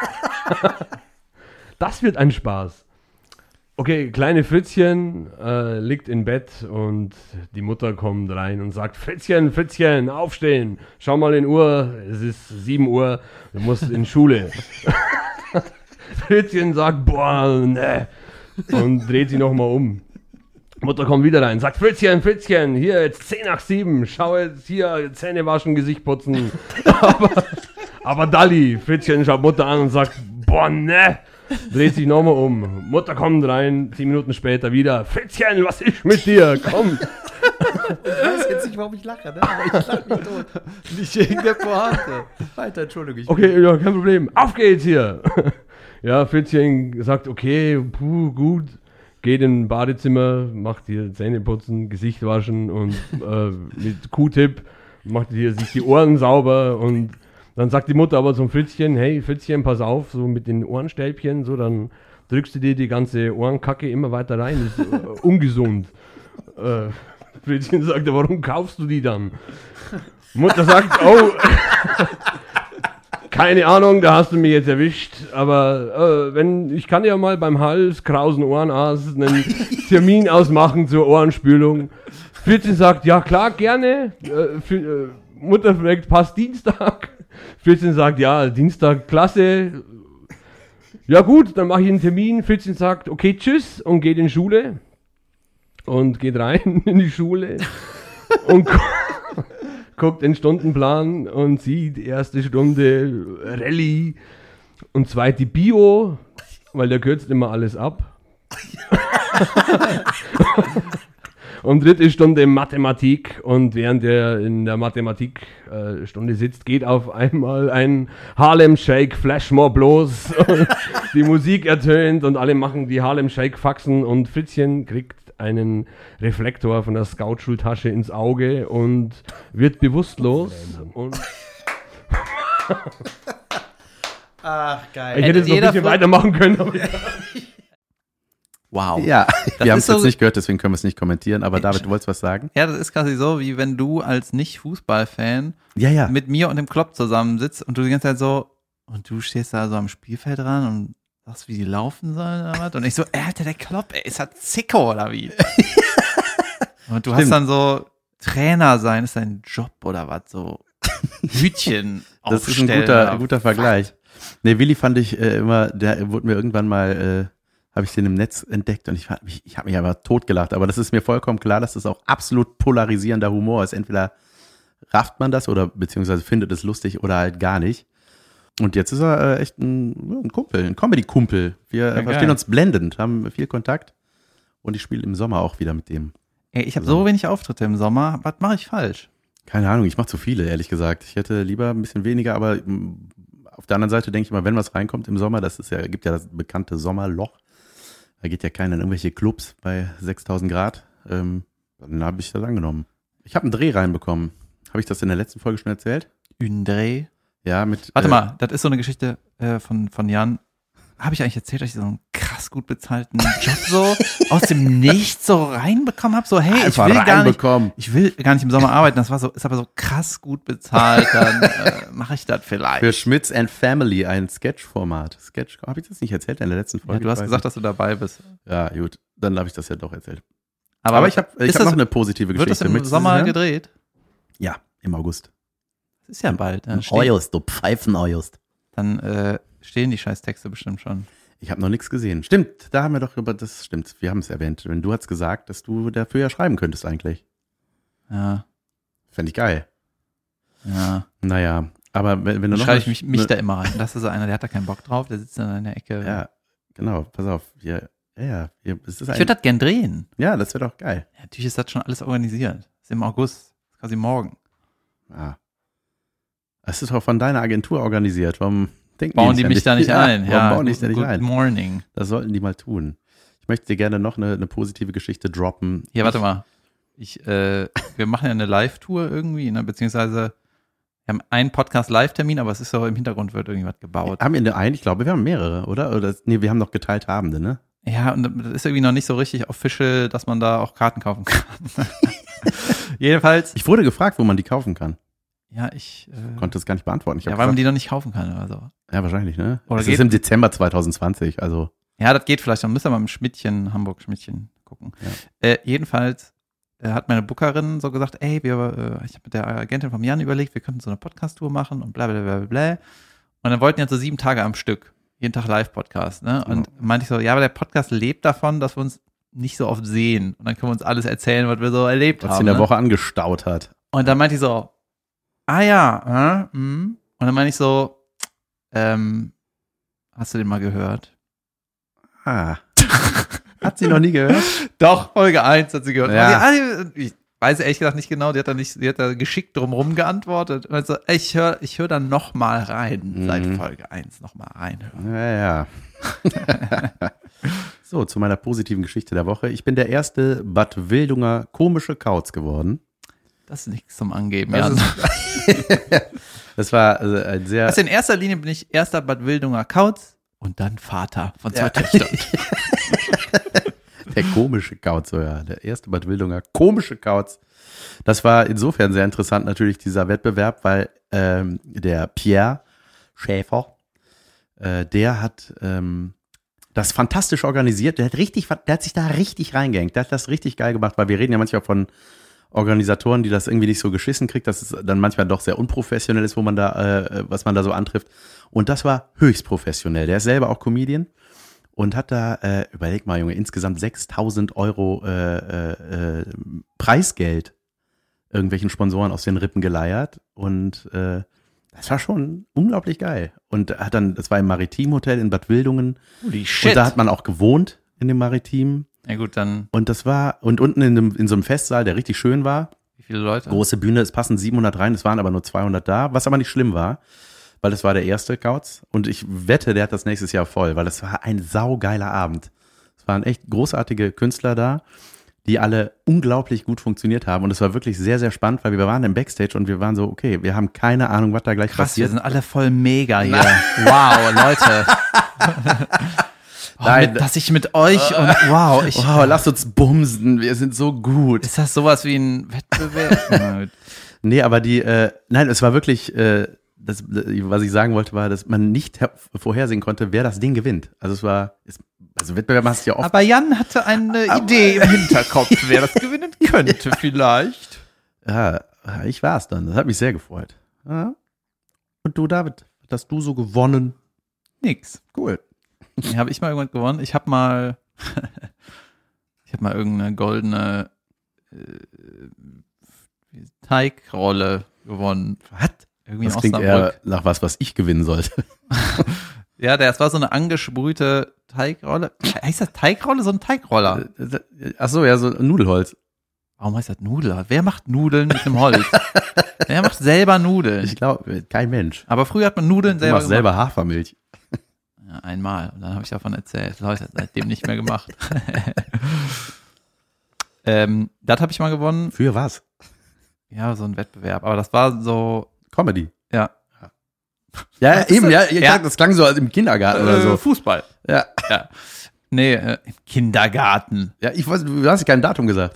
Das wird ein Spaß. Okay, kleine Fritzchen liegt im Bett und die Mutter kommt rein und sagt, Fritzchen, Fritzchen, aufstehen. Schau mal in die Uhr, es ist 7 Uhr, du musst in Schule. Fritzchen sagt, boah, ne. Und dreht sich nochmal um. Mutter kommt wieder rein, sagt, Fritzchen, Fritzchen, hier jetzt 10 nach 7, schau jetzt hier, Zähne waschen, Gesicht putzen. aber Dalli, Fritzchen schaut Mutter an und sagt, boah, ne. Dreht sich nochmal um. Mutter kommt rein, 10 Minuten später wieder, Fritzchen, was ist mit dir? Komm. Ich weiß jetzt nicht, warum ich lache, ne? Aber ich lache mich tot. Nicht wegen der Pointe. Weiter, Entschuldigung. Okay, ja, kein Problem. Auf geht's hier. Ja, Fritzchen sagt, okay, gut. Geht in ein Badezimmer, macht hier Zähne putzen, Gesicht waschen und mit Q-Tip macht hier sich die Ohren sauber und dann sagt die Mutter aber zum Fritzchen, hey Fritzchen, pass auf, so mit den Ohrenstäbchen, so dann drückst du dir die ganze Ohrenkacke immer weiter rein, das ist ungesund. Fritzchen sagt, warum kaufst du die dann? Mutter sagt, oh, keine Ahnung, da hast du mich jetzt erwischt, aber ich kann ja mal beim Hals-Krausen Ohrenarzt einen Termin ausmachen zur Ohrenspülung. Fritzchen sagt, ja klar, gerne. Mutter fragt, passt Dienstag? Fritzchen sagt, ja, Dienstag, klasse. Ja gut, dann mache ich einen Termin. Fritzchen sagt, okay, tschüss und geht in die Schule. Und geht rein in die Schule und guckt den Stundenplan und sieht erste Stunde Rallye und zweite Bio, weil der kürzt immer alles ab. Und dritte Stunde Mathematik und während er in der Mathematikstunde sitzt, geht auf einmal ein Harlem Shake Flashmob los und die Musik ertönt und alle machen die Harlem Shake Faxen und Fritzchen kriegt einen Reflektor von der Scout-Schultasche ins Auge und wird bewusstlos und Ach, geil. ich hätte jetzt noch ein bisschen weitermachen können, aber Wow. Ja, wir haben es so jetzt nicht gehört, deswegen können wir es nicht kommentieren, aber David, du wolltest was sagen? Ja, das ist quasi so, wie wenn du als Nicht-Fußball-Fan Ja. mit mir und dem Klopp zusammensitzt und du die ganze Zeit so, und du stehst da so am Spielfeld dran und sagst, wie die laufen sollen oder was? Und ich so, Alter, der Klopp, ey, ist das Zicko oder wie? Und du hast dann so, Trainer sein ist dein Job oder was, so Hütchen Das ist aufstellen. ein guter Vergleich. Nee, Willi fand ich immer, der wurde mir irgendwann mal, habe ich den im Netz entdeckt und ich habe mich aber totgelacht. Aber das ist mir vollkommen klar, dass das auch absolut polarisierender Humor ist. Entweder rafft man das oder beziehungsweise findet es lustig oder halt gar nicht. Und jetzt ist er echt ein Kumpel, ein Comedy-Kumpel. Wir verstehen uns blendend, haben viel Kontakt und ich spiele im Sommer auch wieder mit dem. Ey, ich habe so wenig Auftritte im Sommer, was mache ich falsch? Keine Ahnung, ich mache zu viele, ehrlich gesagt. Ich hätte lieber ein bisschen weniger, aber auf der anderen Seite denke ich mal, wenn was reinkommt im Sommer, gibt ja das bekannte Sommerloch. Da geht ja keiner in irgendwelche Clubs bei 6.000 Grad. Dann habe ich das angenommen. Ich habe einen Dreh reinbekommen. Habe ich das in der letzten Folge schon erzählt? Ein Dreh? Ja, mit. Warte mal, das ist so eine Geschichte von Jan. Habe ich eigentlich erzählt, dass ich so einen krassen krass gut bezahlten Job so aus dem Nichts so reinbekommen habe. So, hey, ich Einfach will gar nicht reinbekommen. im Sommer arbeiten. Das war so, ist aber so krass gut bezahlt. Dann mache ich das vielleicht. Für Schmitz and Family ein Sketch-Format. Habe ich das nicht erzählt in der letzten Ja, Folge? du hast Ich weiß gesagt, dass du dabei bist. nicht. Ja, gut. Dann habe ich das ja doch erzählt. Aber ich habe ist noch das- eine positive Wird das Geschichte. im Möchtest du Sommer sie hören? gedreht? Ja, im August. Das ist ja bald. Im August, du Pfeifen-August. Dann stehen die Scheißtexte bestimmt schon. Ich habe noch nichts gesehen. Stimmt, da haben wir doch über das, stimmt, wir haben es erwähnt. Wenn du hast gesagt, dass du dafür ja schreiben könntest eigentlich. Ja, Fände ich geil. ja. Naja, aber wenn du Dann noch schreibe ich mich da immer rein. Das ist so einer, der hat da keinen Bock drauf, der sitzt dann in der Ecke. Ja, genau, pass auf. Es ist Ich würde das gern drehen. ja, das wäre doch geil. Ja, natürlich ist das schon alles organisiert. Das ist im August, quasi morgen. Ja. Es ist doch von deiner Agentur organisiert. Warum denken Bauen die die mich da nicht ein? Warum bauen die dich da nicht good ein? morning. Das sollten die mal tun. Ich möchte dir gerne noch eine positive Geschichte droppen. Hier, warte mal. Wir machen ja eine Live-Tour irgendwie, ne? Beziehungsweise wir haben einen Podcast-Live-Termin, aber es ist so, im Hintergrund wird irgendwas gebaut. Haben wir eine ein? Ich glaube, wir haben mehrere, oder? Nee, wir haben noch geteilt Habende, ne? Ja, und das ist irgendwie noch nicht so richtig official, dass man da auch Karten kaufen kann. Jedenfalls, Ich wurde gefragt, wo man die kaufen kann. ja, ich Konnte es gar nicht beantworten. Ich ja, hab weil man gesagt, die noch nicht kaufen kann oder so. ja, wahrscheinlich, ne? Oder Es geht- ist im Dezember 2020, also. Ja, das geht vielleicht. Dann müssen wir mal im Schmidtchen, Hamburg-Schmidtchen gucken. Jedenfalls hat meine Bookerin so gesagt, ey, ich habe mit der Agentin vom Jan überlegt, wir könnten so eine Podcast-Tour machen und bla bla bla bla bla. Und dann wollten wir so 7 Tage am Stück, jeden Tag Live-Podcast. Ne? Und meinte ich so, ja, aber der Podcast lebt davon, dass wir uns nicht so oft sehen. Und dann können wir uns alles erzählen, was wir so erlebt Was haben. sie in der ne? Woche angestaut hat. Und dann meinte ich so, und dann meinte ich so, hast du den mal gehört? Ah. Hat sie noch nie gehört? Doch, Folge 1 hat sie gehört. Ja. Ich weiß ehrlich gesagt nicht genau, die hat da geschickt drumherum geantwortet. Also, ich hör dann noch mal rein, seit Folge 1 noch mal reinhören. Ja. So, zu meiner positiven Geschichte der Woche. Ich bin der erste Bad Wildunger komische Kauz geworden. Das ist nichts zum Angeben. Das Ja. Das war ein sehr... Also in erster Linie bin ich erster Bad Wildunger Kauz und dann Vater von 2 Töchtern. Der komische Kauz, so ja. Der erste Bad Wildunger komische Kauz. Das war insofern sehr interessant natürlich, dieser Wettbewerb, weil der Pierre Schäfer, der hat das fantastisch organisiert. Der hat sich da richtig reingehängt. Der hat das richtig geil gemacht, weil wir reden ja manchmal von Organisatoren, die das irgendwie nicht so geschissen kriegt, dass es dann manchmal doch sehr unprofessionell ist, wo man da, was man da so antrifft. Und das war höchst professionell. Der ist selber auch Comedian und hat da, überleg mal, Junge, insgesamt 6.000 Euro Preisgeld irgendwelchen Sponsoren aus den Rippen geleiert. Und das war schon unglaublich geil. Und hat dann, das war im Maritim-Hotel in Bad Wildungen. Holy Und da hat man auch gewohnt in dem Maritim. Ja gut, dann Und das war, und unten in so einem Festsaal, der richtig schön war, wie viele Leute? große Bühne, es passen 700 rein, es waren aber nur 200 da, was aber nicht schlimm war, weil das war der erste Kauz. Und ich wette, der hat das nächstes Jahr voll, weil das war ein saugeiler Abend. Es waren echt großartige Künstler da, die alle unglaublich gut funktioniert haben. Und es war wirklich sehr, sehr spannend, weil wir waren im Backstage und wir waren so, okay, wir haben keine Ahnung, was da gleich Krass, wir passiert. sind alle voll mega hier. Wow, Leute. Nein. Dass ich mit euch und wow, Wow, lass uns bumsen, wir sind so gut. ist das sowas wie ein Wettbewerb? Na gut. Nee, aber nein, es war wirklich, was ich sagen wollte, war, dass man nicht vorhersehen konnte, wer das Ding gewinnt. Also Wettbewerb hast du ja oft. Aber Jan hatte eine Idee im Hinterkopf, wer das gewinnen könnte vielleicht. Ja, ich war's dann. Das hat mich sehr gefreut. Ja. Und du, David, hast du so gewonnen? Nix. Cool. Habe ich mal irgendwann gewonnen? Ich habe mal irgendeine goldene Teigrolle gewonnen. Was? Irgendwie Das in klingt Osnabrück. eher nach was ich gewinnen sollte. Ja, das war so eine angesprühte Teigrolle. Heißt das Teigrolle? So ein Teigroller. Ach so, ja, so Nudelholz. Warum heißt das Nudler? Wer macht Nudeln mit einem Holz? Wer macht selber Nudeln? Ich glaube, kein Mensch. Aber früher hat man Nudeln Du selber machst selber Hafermilch. Ja, einmal. Und dann habe ich davon erzählt. Das habe ich seitdem nicht mehr gemacht. Das habe ich mal gewonnen. Für was? Ja, so ein Wettbewerb. Aber das war so, Comedy. ja. Ja, eben, ja, Ja. das klang so im Kindergarten oder so. Fußball. Ja. Ja. Nee, im Kindergarten. Ja, du hast kein Datum gesagt.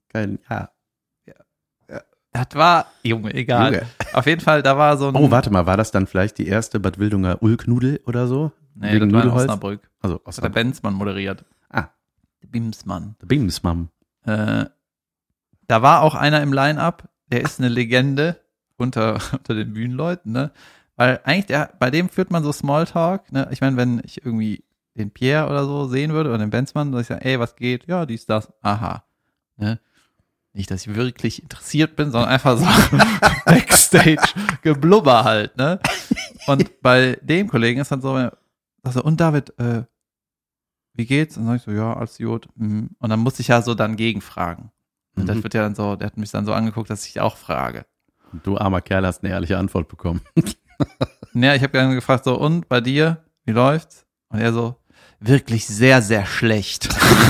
Das war, Junge, egal. Junge. Auf jeden Fall, da war so ein... Oh, warte mal, war das dann vielleicht die erste Bad Wildunger Ulknudel oder so? Nee, Wegen das war in Nudelholz? Osnabrück. Also Das hat der Benzmann moderiert. Ah. Der Bimsmann. Der Bimsmam. Da war auch einer im Line-Up, der ist eine Legende unter den Bühnenleuten, ne? Weil eigentlich, bei dem führt man so Smalltalk, ne? Ich meine, wenn ich irgendwie den Pierre oder so sehen würde oder den Benzmann, dann ich sage, ey, was geht? Ja, dies, das, aha. Ne? Nicht, dass ich wirklich interessiert bin, sondern einfach so Backstage-Geblubber halt, ne? Und bei dem Kollegen ist dann so, und David, wie geht's? Und dann sag ich so, ja, alles gut. Und dann musste ich ja so dann gegenfragen. Und das wird ja dann so, der hat mich dann so angeguckt, dass ich auch frage. Du armer Kerl hast eine ehrliche Antwort bekommen. Ja, ich habe dann gefragt, so, und bei dir, wie läuft's? Und er so, wirklich sehr, sehr schlecht.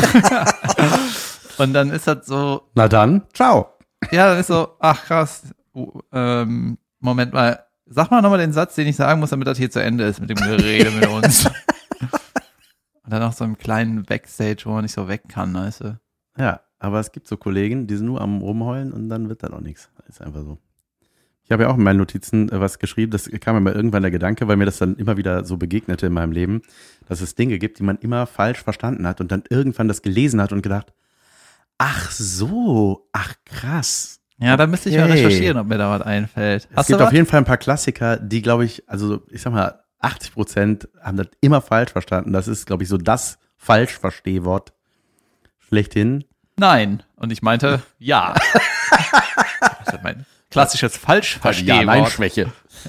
Und dann ist das so, Na dann, ciao. ja, dann ist so, ach krass, Moment mal, sag mal nochmal den Satz, den ich sagen muss, damit das hier zu Ende ist mit dem Gerede mit uns. Und dann noch so einen kleinen Backstage, wo man nicht so weg kann, weißt du? Ja, aber es gibt so Kollegen, die sind nur am Rumheulen und dann wird da noch nichts. Ist einfach so. Ich habe ja auch in meinen Notizen was geschrieben, das kam mir mal irgendwann der Gedanke, weil mir das dann immer wieder so begegnete in meinem Leben, dass es Dinge gibt, die man immer falsch verstanden hat und dann irgendwann das gelesen hat und gedacht, ach so, ach krass. Ja, da müsste ich mal recherchieren, ob mir da was einfällt. Es gibt auf jeden Fall ein paar Klassiker, die, glaube ich, also ich sag mal, 80% haben das immer falsch verstanden. Das ist, glaube ich, so das Falschverstehwort schlechthin. Nein. Und ich meinte, ja. Das ist mein klassisches Falschverstehwort. Ja-Nein-Schwäche.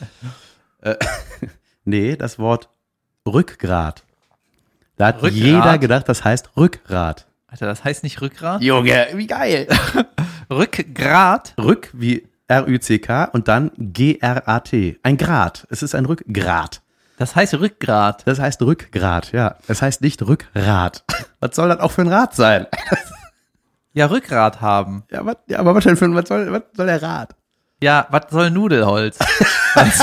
Nee, das Wort Rückgrat. Da hat Rückgrat? jeder gedacht, das heißt Rückgrat. Alter, das heißt nicht Rückgrat? Junge, wie geil. Rückgrat? Rück wie R-Ü-C-K und dann G-R-A-T. Ein Grat. Es ist ein Rückgrat. Das heißt Rückgrat. Das heißt Rückgrat, ja. Es heißt nicht Rückgrat. Was soll das auch für ein Rad sein? Ja, Rückgrat haben. Ja, aber was denn was soll der Rad? Ja, was soll Nudelholz? Das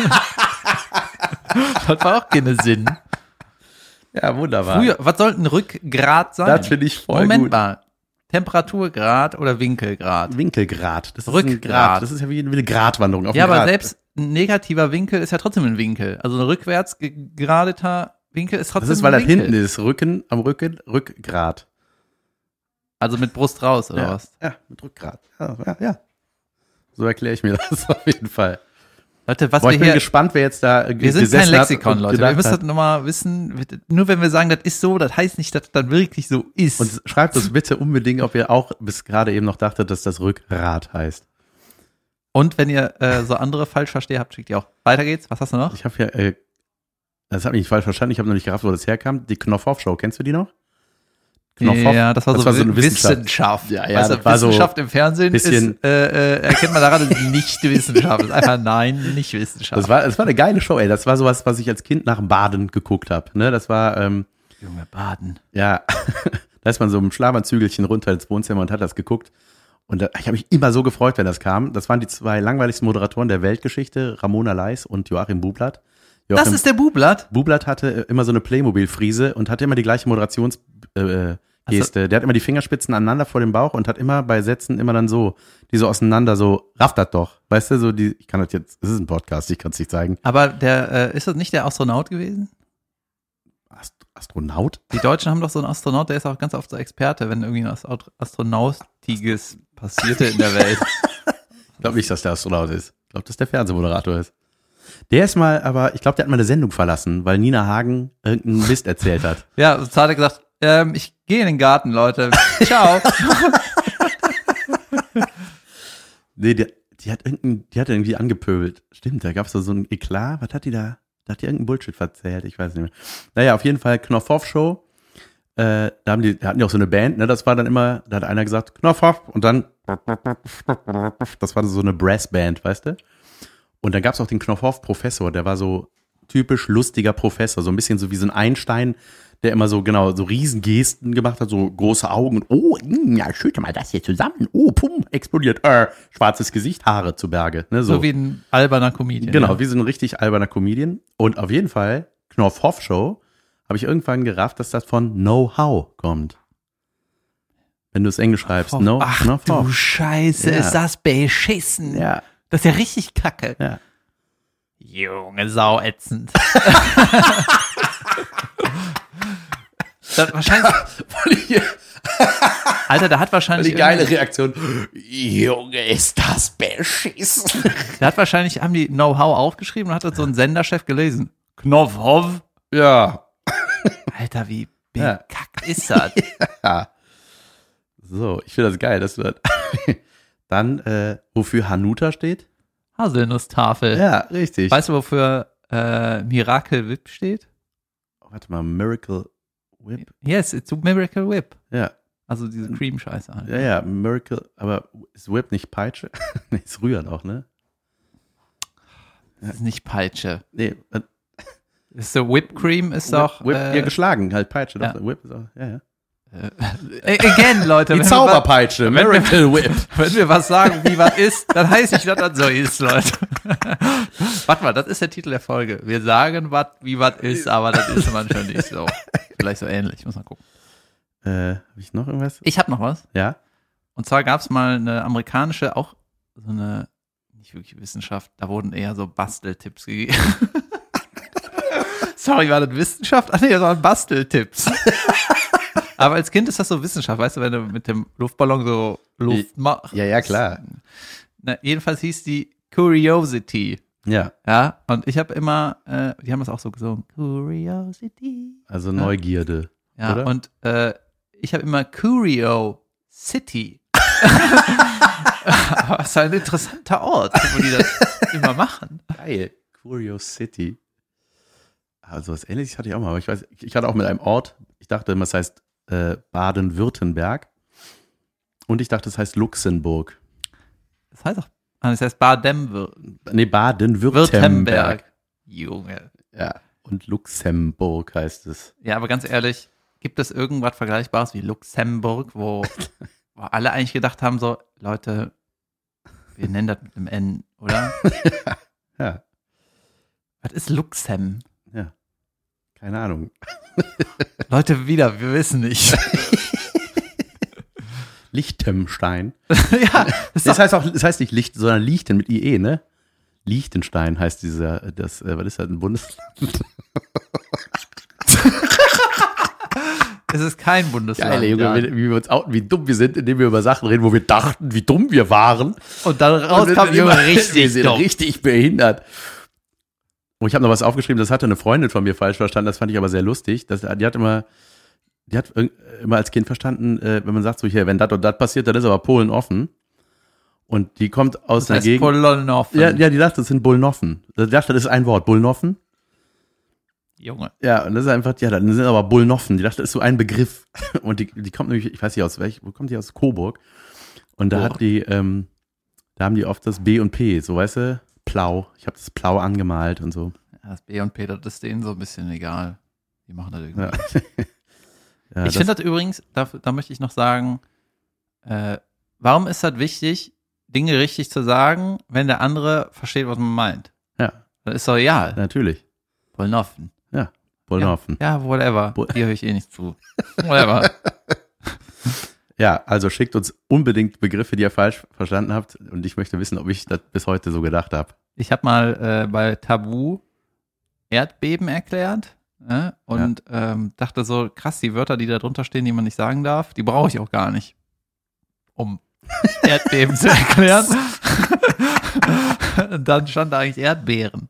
war auch keine Sinn. Ja, wunderbar. Früher, was sollte ein Rückgrat sein? Das finde ich voll Moment gut. mal. Temperaturgrad oder Winkelgrad? Winkelgrad. Das ist Rückgrat. ein Grad. Das ist ja wie eine Gratwanderung. Auf Ja, einem aber Grad. selbst ein negativer Winkel ist ja trotzdem ein Winkel. Also ein rückwärts geradeter Winkel ist trotzdem Das ist, weil ein das Winkel. hinten ist. Rückgrat. Also mit Brust raus, oder Ja, was? ja, mit Rückgrat. Ja. So erkläre ich mir das auf jeden Fall. Leute, was Boah, ich wir bin hier... gespannt, wer jetzt da Wir sind kein Lexikon, Leute. Wir müssen hat. das nochmal wissen. Nur wenn wir sagen, das ist so, das heißt nicht, dass das dann wirklich so ist. Und schreibt uns bitte unbedingt, ob ihr auch bis gerade eben noch dachtet, dass das Rückgrat heißt. Und wenn ihr so andere falsch versteht habt, schickt ihr auch. Weiter geht's. Was hast du noch? Ich habe ja, das habe ich nicht falsch verstanden, ich habe noch nicht gerafft, wo das herkam. Die Knopf-Off-Show, kennst du die noch? Knopf-Off? Ja, das war so eine Wissenschaft. Ja, ja, Weißt du, das war so Wissenschaft im Fernsehen bisschen- ist, erkennt man daran, das ist nicht Wissenschaft. Das ist einfach nein, nicht Wissenschaft. Das war eine geile Show, ey. Das war sowas, was ich als Kind nach dem Baden geguckt habe. Ne, das war, Junge, Baden. ja, da ist man so im Schlafanzügelchen runter ins Wohnzimmer und hat das geguckt. Und ich habe mich immer so gefreut, wenn das kam. Das waren die zwei langweiligsten Moderatoren der Weltgeschichte, Ramona Leis und Joachim Bublatt. Das ist der Bublatt? Bublatt hatte immer so eine Playmobil-Friese und hatte immer die gleiche Moderations- Geste. Der hat immer die Fingerspitzen aneinander vor dem Bauch und hat immer bei Sätzen immer dann so, die so auseinander, so, rafft das doch. Weißt du, so ich kann das jetzt, es ist ein Podcast, ich kann es nicht zeigen. Aber der, ist das nicht der Astronaut gewesen? Astronaut? Die Deutschen haben doch so einen Astronaut, der ist auch ganz oft so Experte, wenn irgendwie was Astronautiges passierte in der Welt. Ich glaube nicht, dass der Astronaut ist. Ich glaube, dass der Fernsehmoderator ist. Der ist mal, aber ich glaube, der hat mal eine Sendung verlassen, weil Nina Hagen irgendeinen Mist erzählt hat. Ja, so hat er gesagt, ich gehe in den Garten, Leute. Ciao. Nee, die hat irgendwie angepöbelt. Stimmt, da gab es so ein Eklat. Was hat die da? Da hat die irgendeinen Bullshit verzählt, ich weiß nicht mehr. Naja, auf jeden Fall Knopf-Off-Show. Da hatten die auch so eine Band, ne? Das war dann immer, da hat einer gesagt, Knopf-Off und dann das war so eine Brassband, weißt du? Und dann gab es auch den Knopf-Off-Professor, der war so typisch lustiger Professor, so ein bisschen so wie so ein Einstein, der immer so, genau, so Riesengesten gemacht hat, so große Augen und ja, schütte mal das hier zusammen, pum, explodiert, schwarzes Gesicht, Haare zu Berge. Ne, So wie ein alberner Comedian. Genau, ja. wie so ein richtig alberner Comedian. Und auf jeden Fall, Knopf-Off-Show habe ich irgendwann gerafft, dass das von Know-how kommt. Wenn du es Englisch schreibst. Ach Know-how. du Scheiße, Ja. ist das beschissen. Ja. Das ist ja richtig kacke. Ja. Junge Sau ätzend. Das wahrscheinlich, Alter, der hat wahrscheinlich Die geile Reaktion. Junge, ist das beschissen. Der hat wahrscheinlich, haben die Know-how aufgeschrieben und hat das so ein Senderchef gelesen. Knopfhoff. Ja. Alter, wie Ja. bekackt ist das? Ja. So, ich finde das geil, dass du das. Dann, wofür Hanuta steht? Haselnusstafel. Ja, richtig. Weißt du, wofür Miracle Whip steht? Warte mal, Miracle Whip. Yes, it's a Miracle Whip. Ja, Also diese Cream-Scheiße halt. ja, Miracle, aber ist Whip nicht Peitsche? Nee, ist Rühren auch, ne? Das ist nicht Peitsche. Nee, Das ist so Whipped Cream ist doch. Whip, ja, geschlagen, halt Peitsche. ja. Doch, Whip ist auch, ja. Again, Leute. Die wenn wir Zauberpeitsche, Miracle Whip. Wenn wir was sagen, wie was ist, dann heißt nicht, dass das so ist, Leute. Warte mal, das ist der Titel der Folge. Wir sagen, wie was ist, aber das ist manchmal nicht so. Vielleicht so ähnlich, muss mal gucken. Habe ich noch irgendwas? Ich habe noch was. Ja? Und zwar gab es mal eine amerikanische, auch so eine, nicht wirklich Wissenschaft, da wurden eher so Basteltipps gegeben. Sorry, war das Wissenschaft? Ach nee, das waren Basteltipps. Aber als Kind ist das so Wissenschaft, weißt du, wenn du mit dem Luftballon so Luft machst. Ja, klar. Na, jedenfalls hieß die Curiosity. Ja, Ja, und ich habe immer, die haben das auch so gesungen. Curiosity. also Neugierde. Ja, oder? und ich habe immer Curio City. Aber es ist ein interessanter Ort, wo die das immer machen. Geil. Curiosity. Also was Ähnliches hatte ich auch mal. Aber ich weiß, ich hatte auch mit einem Ort, ich dachte immer, es heißt Baden-Württemberg. Und ich dachte, es heißt Luxemburg. Das heißt auch, das heißt Baden-Württemberg. Nee, Baden-Württemberg. Junge. Ja. Und Luxemburg heißt es. Ja, aber ganz ehrlich, gibt es irgendwas Vergleichbares wie Luxemburg, wo alle eigentlich gedacht haben, so, Leute, wir nennen das mit einem N, oder? Ja. Was ist Luxem? Ja. Keine Ahnung. Leute, wieder, wir wissen nicht. Liechtenstein. Ja, Das heißt nicht Licht, sondern Lichten mit IE, ne? Liechtenstein heißt was ist das, ein Bundesland? es ist kein Bundesland. Geile Junge, ja. wie wir uns outen, wie dumm wir sind, indem wir über Sachen reden, wo wir dachten, wie dumm wir waren. Und dann rauskam, wir Junge, wir richtig sind dumm. richtig behindert. Und ich habe noch was aufgeschrieben, das hatte eine Freundin von mir falsch verstanden, das fand ich aber sehr lustig. Die hat immer als Kind verstanden, wenn man sagt so, hier, wenn das und das passiert, dann ist aber Polen offen. Und die kommt aus Das einer heißt Gegend. Polonoffen. Ja, die dachte, das sind Bullnoffen. Die dachte, das ist ein Wort, Bullnoffen. Junge. Ja, und das ist einfach, ja, dann sind aber Bullnoffen. Die dachte, das ist so ein Begriff. Und die kommt nämlich, ich weiß nicht wo kommt die aus? Coburg. Und da hat die, da haben die oft das B und P, so weißt du, Plau. Ich habe das Plau angemalt und so. Ja, das B und P, das ist denen so ein bisschen egal. Die machen das irgendwie. Ja. Ja, Ich finde das übrigens, da möchte ich noch sagen, warum ist das wichtig, Dinge richtig zu sagen, wenn der andere versteht, was man meint? Ja, Das ist doch real. natürlich. Bullnoffen. Bullnoffen. Ja, whatever. Hier höre ich eh nicht zu. Whatever. Ja, also schickt uns unbedingt Begriffe, die ihr falsch verstanden habt. Und ich möchte wissen, ob ich das bis heute so gedacht habe. Ich habe mal bei Tabu Erdbeben erklärt und dachte so, krass, die Wörter, die da drunter stehen, die man nicht sagen darf, die brauche ich auch gar nicht, um Erdbeben zu erklären. Und dann stand da eigentlich Erdbeeren.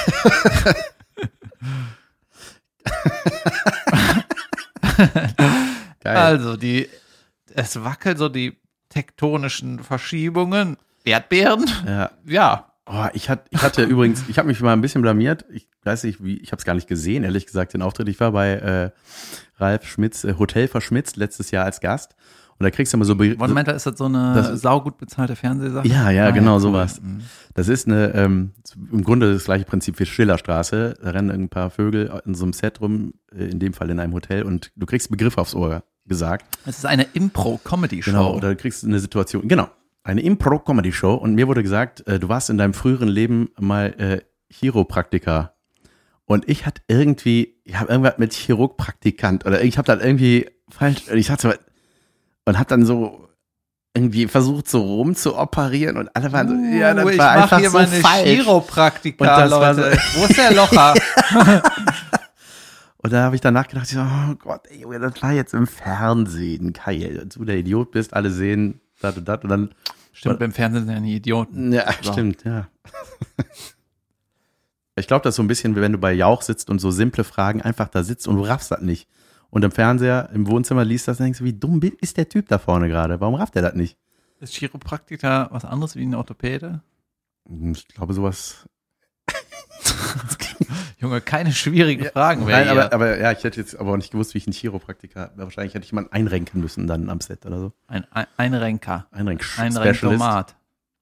Geil. Also, es wackelt so die tektonischen Verschiebungen. Erdbeeren? Ja. Ja. Oh, ich hatte übrigens, ich habe mich mal ein bisschen blamiert. Ich weiß nicht, ich habe es gar nicht gesehen, ehrlich gesagt, den Auftritt. Ich war bei Ralf Schmitz, Hotel Verschmitzt, letztes Jahr als Gast. Und da kriegst du immer so... Moment, ist das so eine saugut bezahlte Fernsehsache? Ja, genau, cool. sowas. Das ist im Grunde das gleiche Prinzip wie Schillerstraße. Da rennen ein paar Vögel in so einem Set rum, in dem Fall in einem Hotel, und du kriegst Begriffe aufs Ohr gesagt. Es ist eine Impro-Comedy-Show. Genau, oder du kriegst eine Situation, genau, eine Impro-Comedy-Show, und mir wurde gesagt, du warst in deinem früheren Leben mal Chiropraktiker. Und ich habe irgendwas mit Chirurgpraktikant oder ich habe dann irgendwie falsch, ich hatte und habe dann so irgendwie versucht, so rum zu operieren und alle waren so, ja, das ich war mach einfach hier so meine falsch. Chiropraktika, Und das war Leute. Wo ist der Locher? Und da habe ich dann nachgedacht, so, oh Gott, ey, Junge, das war jetzt im Fernsehen, Kai, als du der Idiot bist, alle sehen das und das und dann. Stimmt, beim Fernsehen sind ja nie Idioten. Ja, So. stimmt, ja. Ich glaube, das ist so ein bisschen, wie wenn du bei Jauch sitzt und so simple Fragen einfach da sitzt und du raffst das nicht. Und im Fernseher, im Wohnzimmer liest das und denkst du, wie dumm ist der Typ da vorne gerade? Warum rafft er das nicht? Ist Chiropraktiker was anderes wie ein Orthopäde? Ich glaube, sowas. Junge, keine schwierigen Fragen mehr. Nein, hier. aber ja, ich hätte jetzt aber auch nicht gewusst, wie ich einen Chiropraktiker. Wahrscheinlich hätte ich jemanden einrenken müssen dann am Set oder so. Ein Renker. Ein Einrenk-Specialist. Renkomat.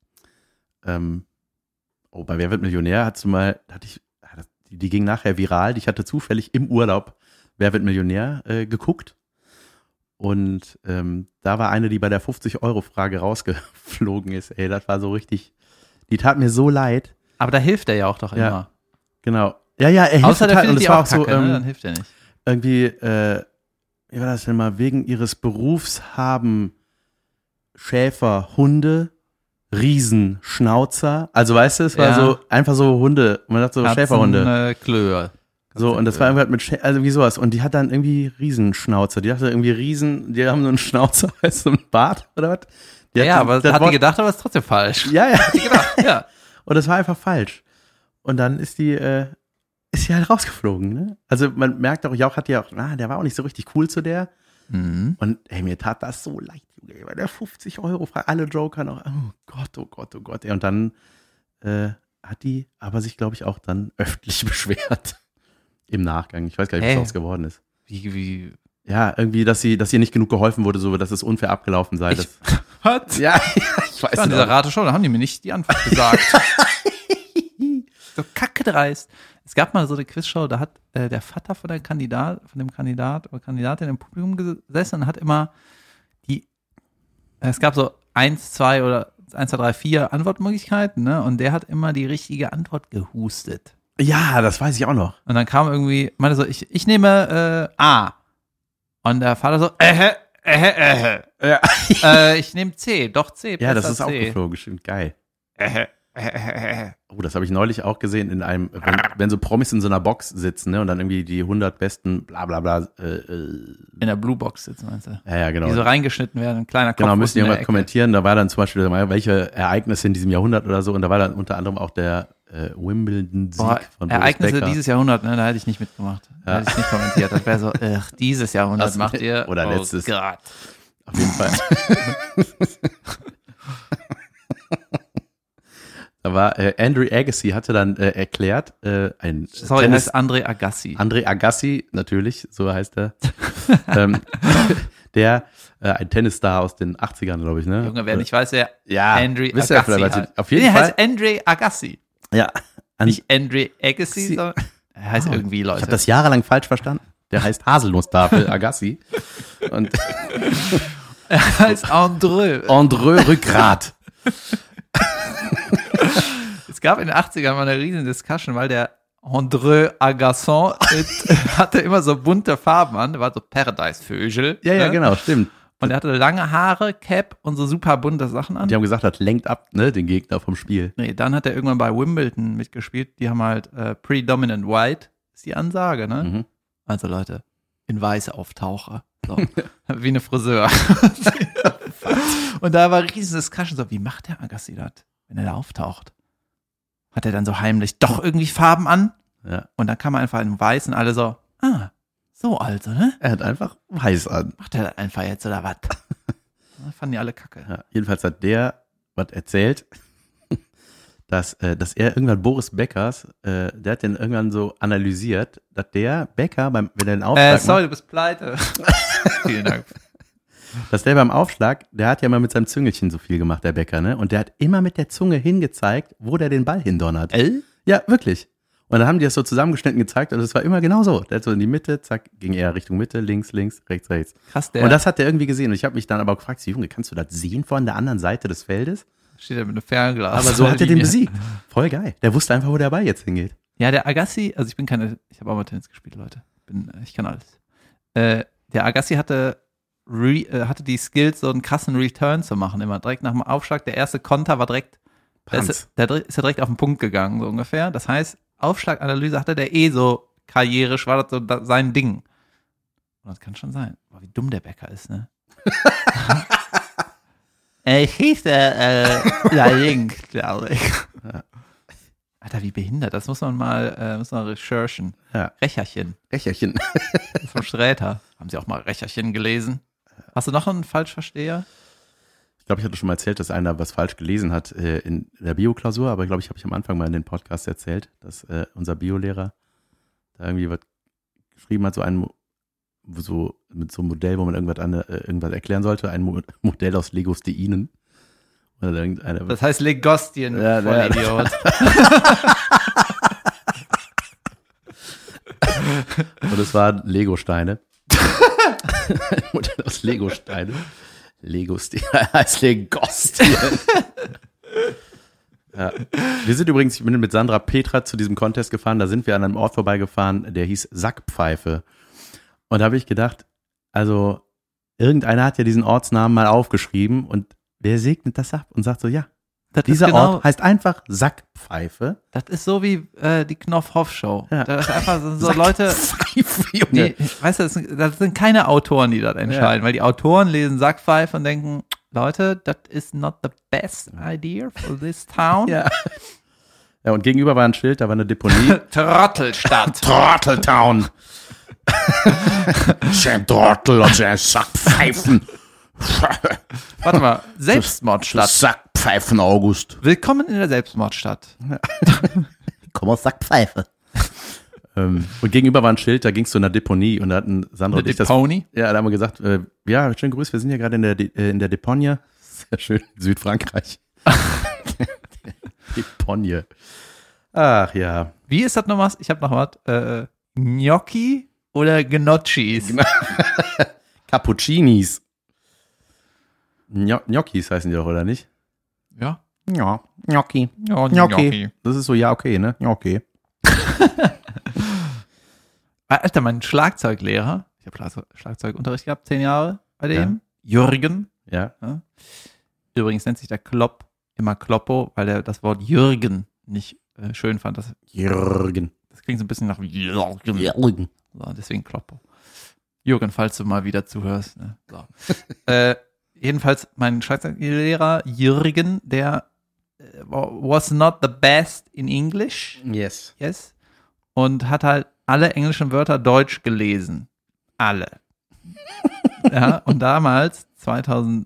Bei Wer wird Millionär die ging nachher viral. Ich hatte zufällig im Urlaub Wer wird Millionär geguckt. Und da war eine, die bei der 50-Euro-Frage rausgeflogen ist. Ey, das war so richtig, die tat mir so leid. Aber da hilft er ja auch doch Ja. immer. Genau. Ja, er hilft Außer der total. Und findet es die war auch auch so, kacke, ne? Dann hilft er nicht. irgendwie, wie war das denn mal, wegen ihres Berufs haben Schäfer Hunde, Riesenschnauzer. Also weißt du, es war Ja. so einfach so Hunde, man dachte so Schäferhunde. Klöhe. So, und das war irgendwas mit, also wie sowas. Und die hat dann irgendwie Riesenschnauzer. Die dachte irgendwie die haben so einen Schnauzer, heißt so einen Bart oder was? Ja, aber das hat die gedacht, aber ist trotzdem falsch. Ja, ja. Hat die gedacht, ja. Und das war einfach falsch. Und dann ist die halt rausgeflogen, ne? Also man merkt auch, Jauch hat ja auch, der war auch nicht so richtig cool zu der. Mhm. Und ey, mir tat das so leid, Junge, bei der 50 Euro frei, alle Joker noch, oh Gott, oh Gott, oh Gott. Ey, und dann hat die aber sich, glaube ich, auch dann öffentlich beschwert. Im Nachgang. Ich weiß gar nicht, was daraus geworden ist. Wie? Ja, irgendwie, dass ihr nicht genug geholfen wurde, so dass es unfair abgelaufen sei. Was? Ja, ich weiß Ja, in dieser nicht. Rateshow, da haben die mir nicht die Antwort gesagt. So kacke dreist. Es gab mal so eine Quizshow, da hat der Vater von dem Kandidat oder Kandidatin im Publikum gesessen und hat immer es gab so 1, 2 oder 1, 2, 3, 4 Antwortmöglichkeiten, ne? Und der hat immer die richtige Antwort gehustet. Ja, das weiß ich auch noch. Und dann kam irgendwie, meinte so, ich nehme A. Und der Vater so, Ja, ich nehme C, doch C. ja das besser ist auch C. geflogen, stimmt, geil. Oh, das habe ich neulich auch gesehen in einem, wenn so Promis in so einer Box sitzen, ne, und dann irgendwie die 100 besten, bla bla bla. In der Blue Box sitzen, meinst du? Ja, genau. Die so reingeschnitten werden, ein kleiner Kopf. Genau, müssen die in der irgendwas Ecke. kommentieren. Da war dann zum Beispiel, welche Ereignisse in diesem Jahrhundert oder so. Und da war dann unter anderem auch der Wimbledon-Sieg Boah, von Boris Ereignisse Becker. dieses Jahrhundert, ne, da hätte ich nicht mitgemacht. Da hätte ich nicht kommentiert. Das wäre so, dieses Jahrhundert Das- macht ihr. oder letztes. Oh Gott. Auf jeden Fall. Da war Andre Agassi hatte dann erklärt, ein Sorry, Tennis, heißt André Agassi. Andre Agassi, natürlich, so heißt er, der ein Tennisstar aus den 80ern, glaube ich, ne? Junge, wer nicht weiß, wer Ja, Andre wisst ihr Agassi vielleicht, heißt. auf jeden Der Fall. heißt Andre Agassi. Ja, Nicht Andre Agassi, Sie- sondern er heißt irgendwie, ich Leute. habe das jahrelang falsch verstanden. Der heißt Haselnusstafel Agassi und Er heißt André. André Rückgrat. Es gab in den 80ern mal eine riesen Discussion, weil der André Agasson hatte immer so bunte Farben an. Der war so Paradise-Vögel. Ja, ja, ne? genau, stimmt. Und er hatte lange Haare, Cap und so super bunte Sachen an. Die haben gesagt, das lenkt ab, ne, den Gegner vom Spiel. Nee, dann hat er irgendwann bei Wimbledon mitgespielt. Die haben halt Predominant White, ist die Ansage, ne? Mhm. Also Leute, in weiß auftauche. So. Wie eine Friseur. Und da war riesen Discussion, so, wie macht der Agassi das, wenn er da auftaucht? Hat er dann so heimlich doch irgendwie Farben an? Ja. Und dann kam er einfach in weiß und alle so, so also, ne? Er hat einfach weiß an. Macht er das einfach jetzt oder was? Da fanden die alle kacke. Ja, jedenfalls hat der was erzählt, dass er irgendwann Boris Beckers, der hat den irgendwann so analysiert, dass der Becker, wenn er den Aufschlag Sorry, du bist pleite. Vielen Dank. dass der beim Aufschlag, der hat ja mal mit seinem Züngelchen so viel gemacht, der Becker, ne? Und der hat immer mit der Zunge hingezeigt, wo der den Ball hindonnert. Ja, wirklich. Und dann haben die das so zusammengeschnitten gezeigt und es war immer genau so. Der hat so in die Mitte, zack, ging er Richtung Mitte, links, rechts, rechts. Krass, der Und das hat der irgendwie gesehen. Und ich habe mich dann aber gefragt, Junge, kannst du das sehen von der anderen Seite des Feldes? steht da mit einem Fernglas. Aber so hat er den Linie. besiegt. Voll geil. Der wusste einfach, wo der Ball jetzt hingeht. Ja, der Agassi, also ich habe auch mal Tennis gespielt, Leute. Ich kann alles. Der Agassi hatte die Skills, so einen krassen Return zu machen, immer direkt nach dem Aufschlag. Der erste Konter war direkt, ist er direkt auf den Punkt gegangen, so ungefähr. Das heißt, Aufschlaganalyse hatte der so karrierisch, war das so sein Ding. Und das kann schon sein. Boah, wie dumm der Bäcker ist, ne? Ich hieß da links, glaube ich. Ja. Alter, wie behindert. Das muss man mal recherchen. Ja. Recherchen. Recherchen. Vom Sträter. Haben Sie auch mal Recherchen gelesen? Hast du noch einen Falschversteher? Ich glaube, ich hatte schon mal erzählt, dass einer was falsch gelesen hat in der Bio-Klausur, aber glaube ich, habe ich am Anfang mal in den Podcast erzählt, dass unser Biolehrer da irgendwie was geschrieben hat, mit so einem Modell, wo man irgendwas erklären sollte, ein Modell aus Legosteinen. Oder irgendeine. Das heißt Legostien, Ja, voll Idiot. Und es waren Legosteine. Ein Modell aus Legosteine. Legostien heißt Legostien. Ja. Wir sind übrigens, ich bin mit Sandra Petra zu diesem Contest gefahren, da sind wir an einem Ort vorbeigefahren, der hieß Sackpfeife. Und da habe ich gedacht, also irgendeiner hat ja diesen Ortsnamen mal aufgeschrieben und wer segnet das ab und sagt so, ja, dieser Ort heißt einfach Sackpfeife. Das ist so wie die Knopf-Hoff-Show. Ja. Das ist einfach so Leute, Junge. weißt du, das sind keine Autoren, die das entscheiden, weil die Autoren lesen Sackpfeife und denken, Leute, that is not the best idea for this town. Ja. Ja, und gegenüber war ein Schild, da war eine Deponie. Trottelstadt. Trotteltown. Schön Trottel und schön Sackpfeifen. Warte mal, Selbstmordstadt. Sackpfeifen August. Willkommen in der Selbstmordstadt. Komm aus Sackpfeife. Und gegenüber war ein Schild, da ging es zu einer Deponie und da hatten Sandra und ich das. Deponie? Ja, da haben wir gesagt, ja, schönen Gruß, wir sind ja gerade in der Deponie. Sehr schön, Südfrankreich. Deponie. Ach ja. Wie ist das noch was? Ich habe noch was. Gnocchi oder Gnocchis? Cappuccinis. Gnocchis heißen die doch, oder nicht? Ja. Ja, Gnocchi. Ja, Gnocchi. Das ist so, ja, okay, ne? Gnocchi. Alter, mein Schlagzeuglehrer, ich habe Schlagzeugunterricht gehabt, 10 Jahre bei dem, Jürgen. Ja. Übrigens nennt sich der Klopp immer Kloppo, weil er das Wort Jürgen nicht schön fand. Jürgen. Das klingt so ein bisschen nach Jürgen. Jürgen. So, deswegen Kloppo. Jürgen, falls du mal wieder zuhörst. Ne? So. Jedenfalls mein Schlagzeuglehrer Jürgen, der was not the best in English. Yes. Yes. Und hat halt alle englischen Wörter deutsch gelesen. Alle. Ja, und damals, 2008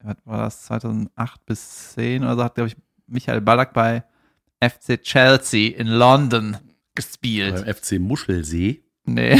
bis 10 oder so, hat, glaube ich, Michael Ballack bei FC Chelsea in London gespielt. Beim FC Muschelsee. Nee.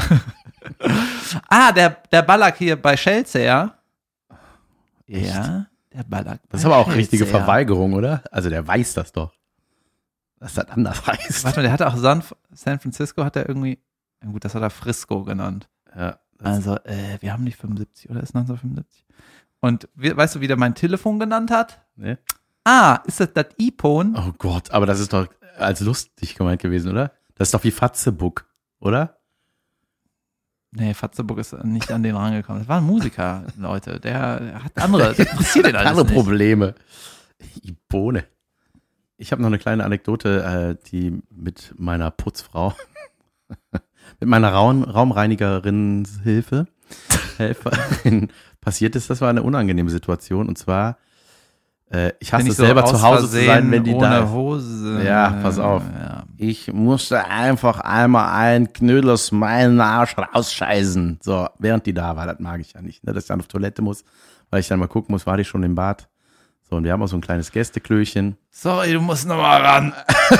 Der Ballack hier bei Chelsea, ja? Echt? Ja, der Ballack. Das ist aber auch richtige Verweigerung, oder? Also der weiß das doch. Dass das anders heißt. Warte mal, der hatte auch San Francisco, hat er irgendwie, ja gut, das hat er Frisco genannt. Ja. Also, wir haben nicht 75, oder ist 1975? Und weißt du, wie der mein Telefon genannt hat? Nee. Ist das iPhone? Oh Gott, aber das ist doch als lustig gemeint gewesen, oder? Das ist doch wie Fatzebuck, oder? Nee, Fatzebuck ist nicht an den rangekommen. Das war ein Musiker, Leute. Der hat andere, das interessiert den alles Andere nicht. Probleme. Ibone. Ich habe noch eine kleine Anekdote, die mit meiner Putzfrau, mit meiner Raumreinigerin-Helferin passiert ist. Das war eine unangenehme Situation. Und zwar, ich hasse es so selber zu Hause Versehen zu sein, wenn die ohne da ist. Hose. Ja, pass auf. Ja. Ich musste einfach einmal einen Knödel aus meinem Arsch rausscheißen. So, während die da war, das mag ich ja nicht, ne, dass ich dann auf Toilette muss, weil ich dann mal gucken muss, war die schon im Bad. So, und wir haben auch so ein kleines Gästeklöchen. Sorry, du musst noch mal ran.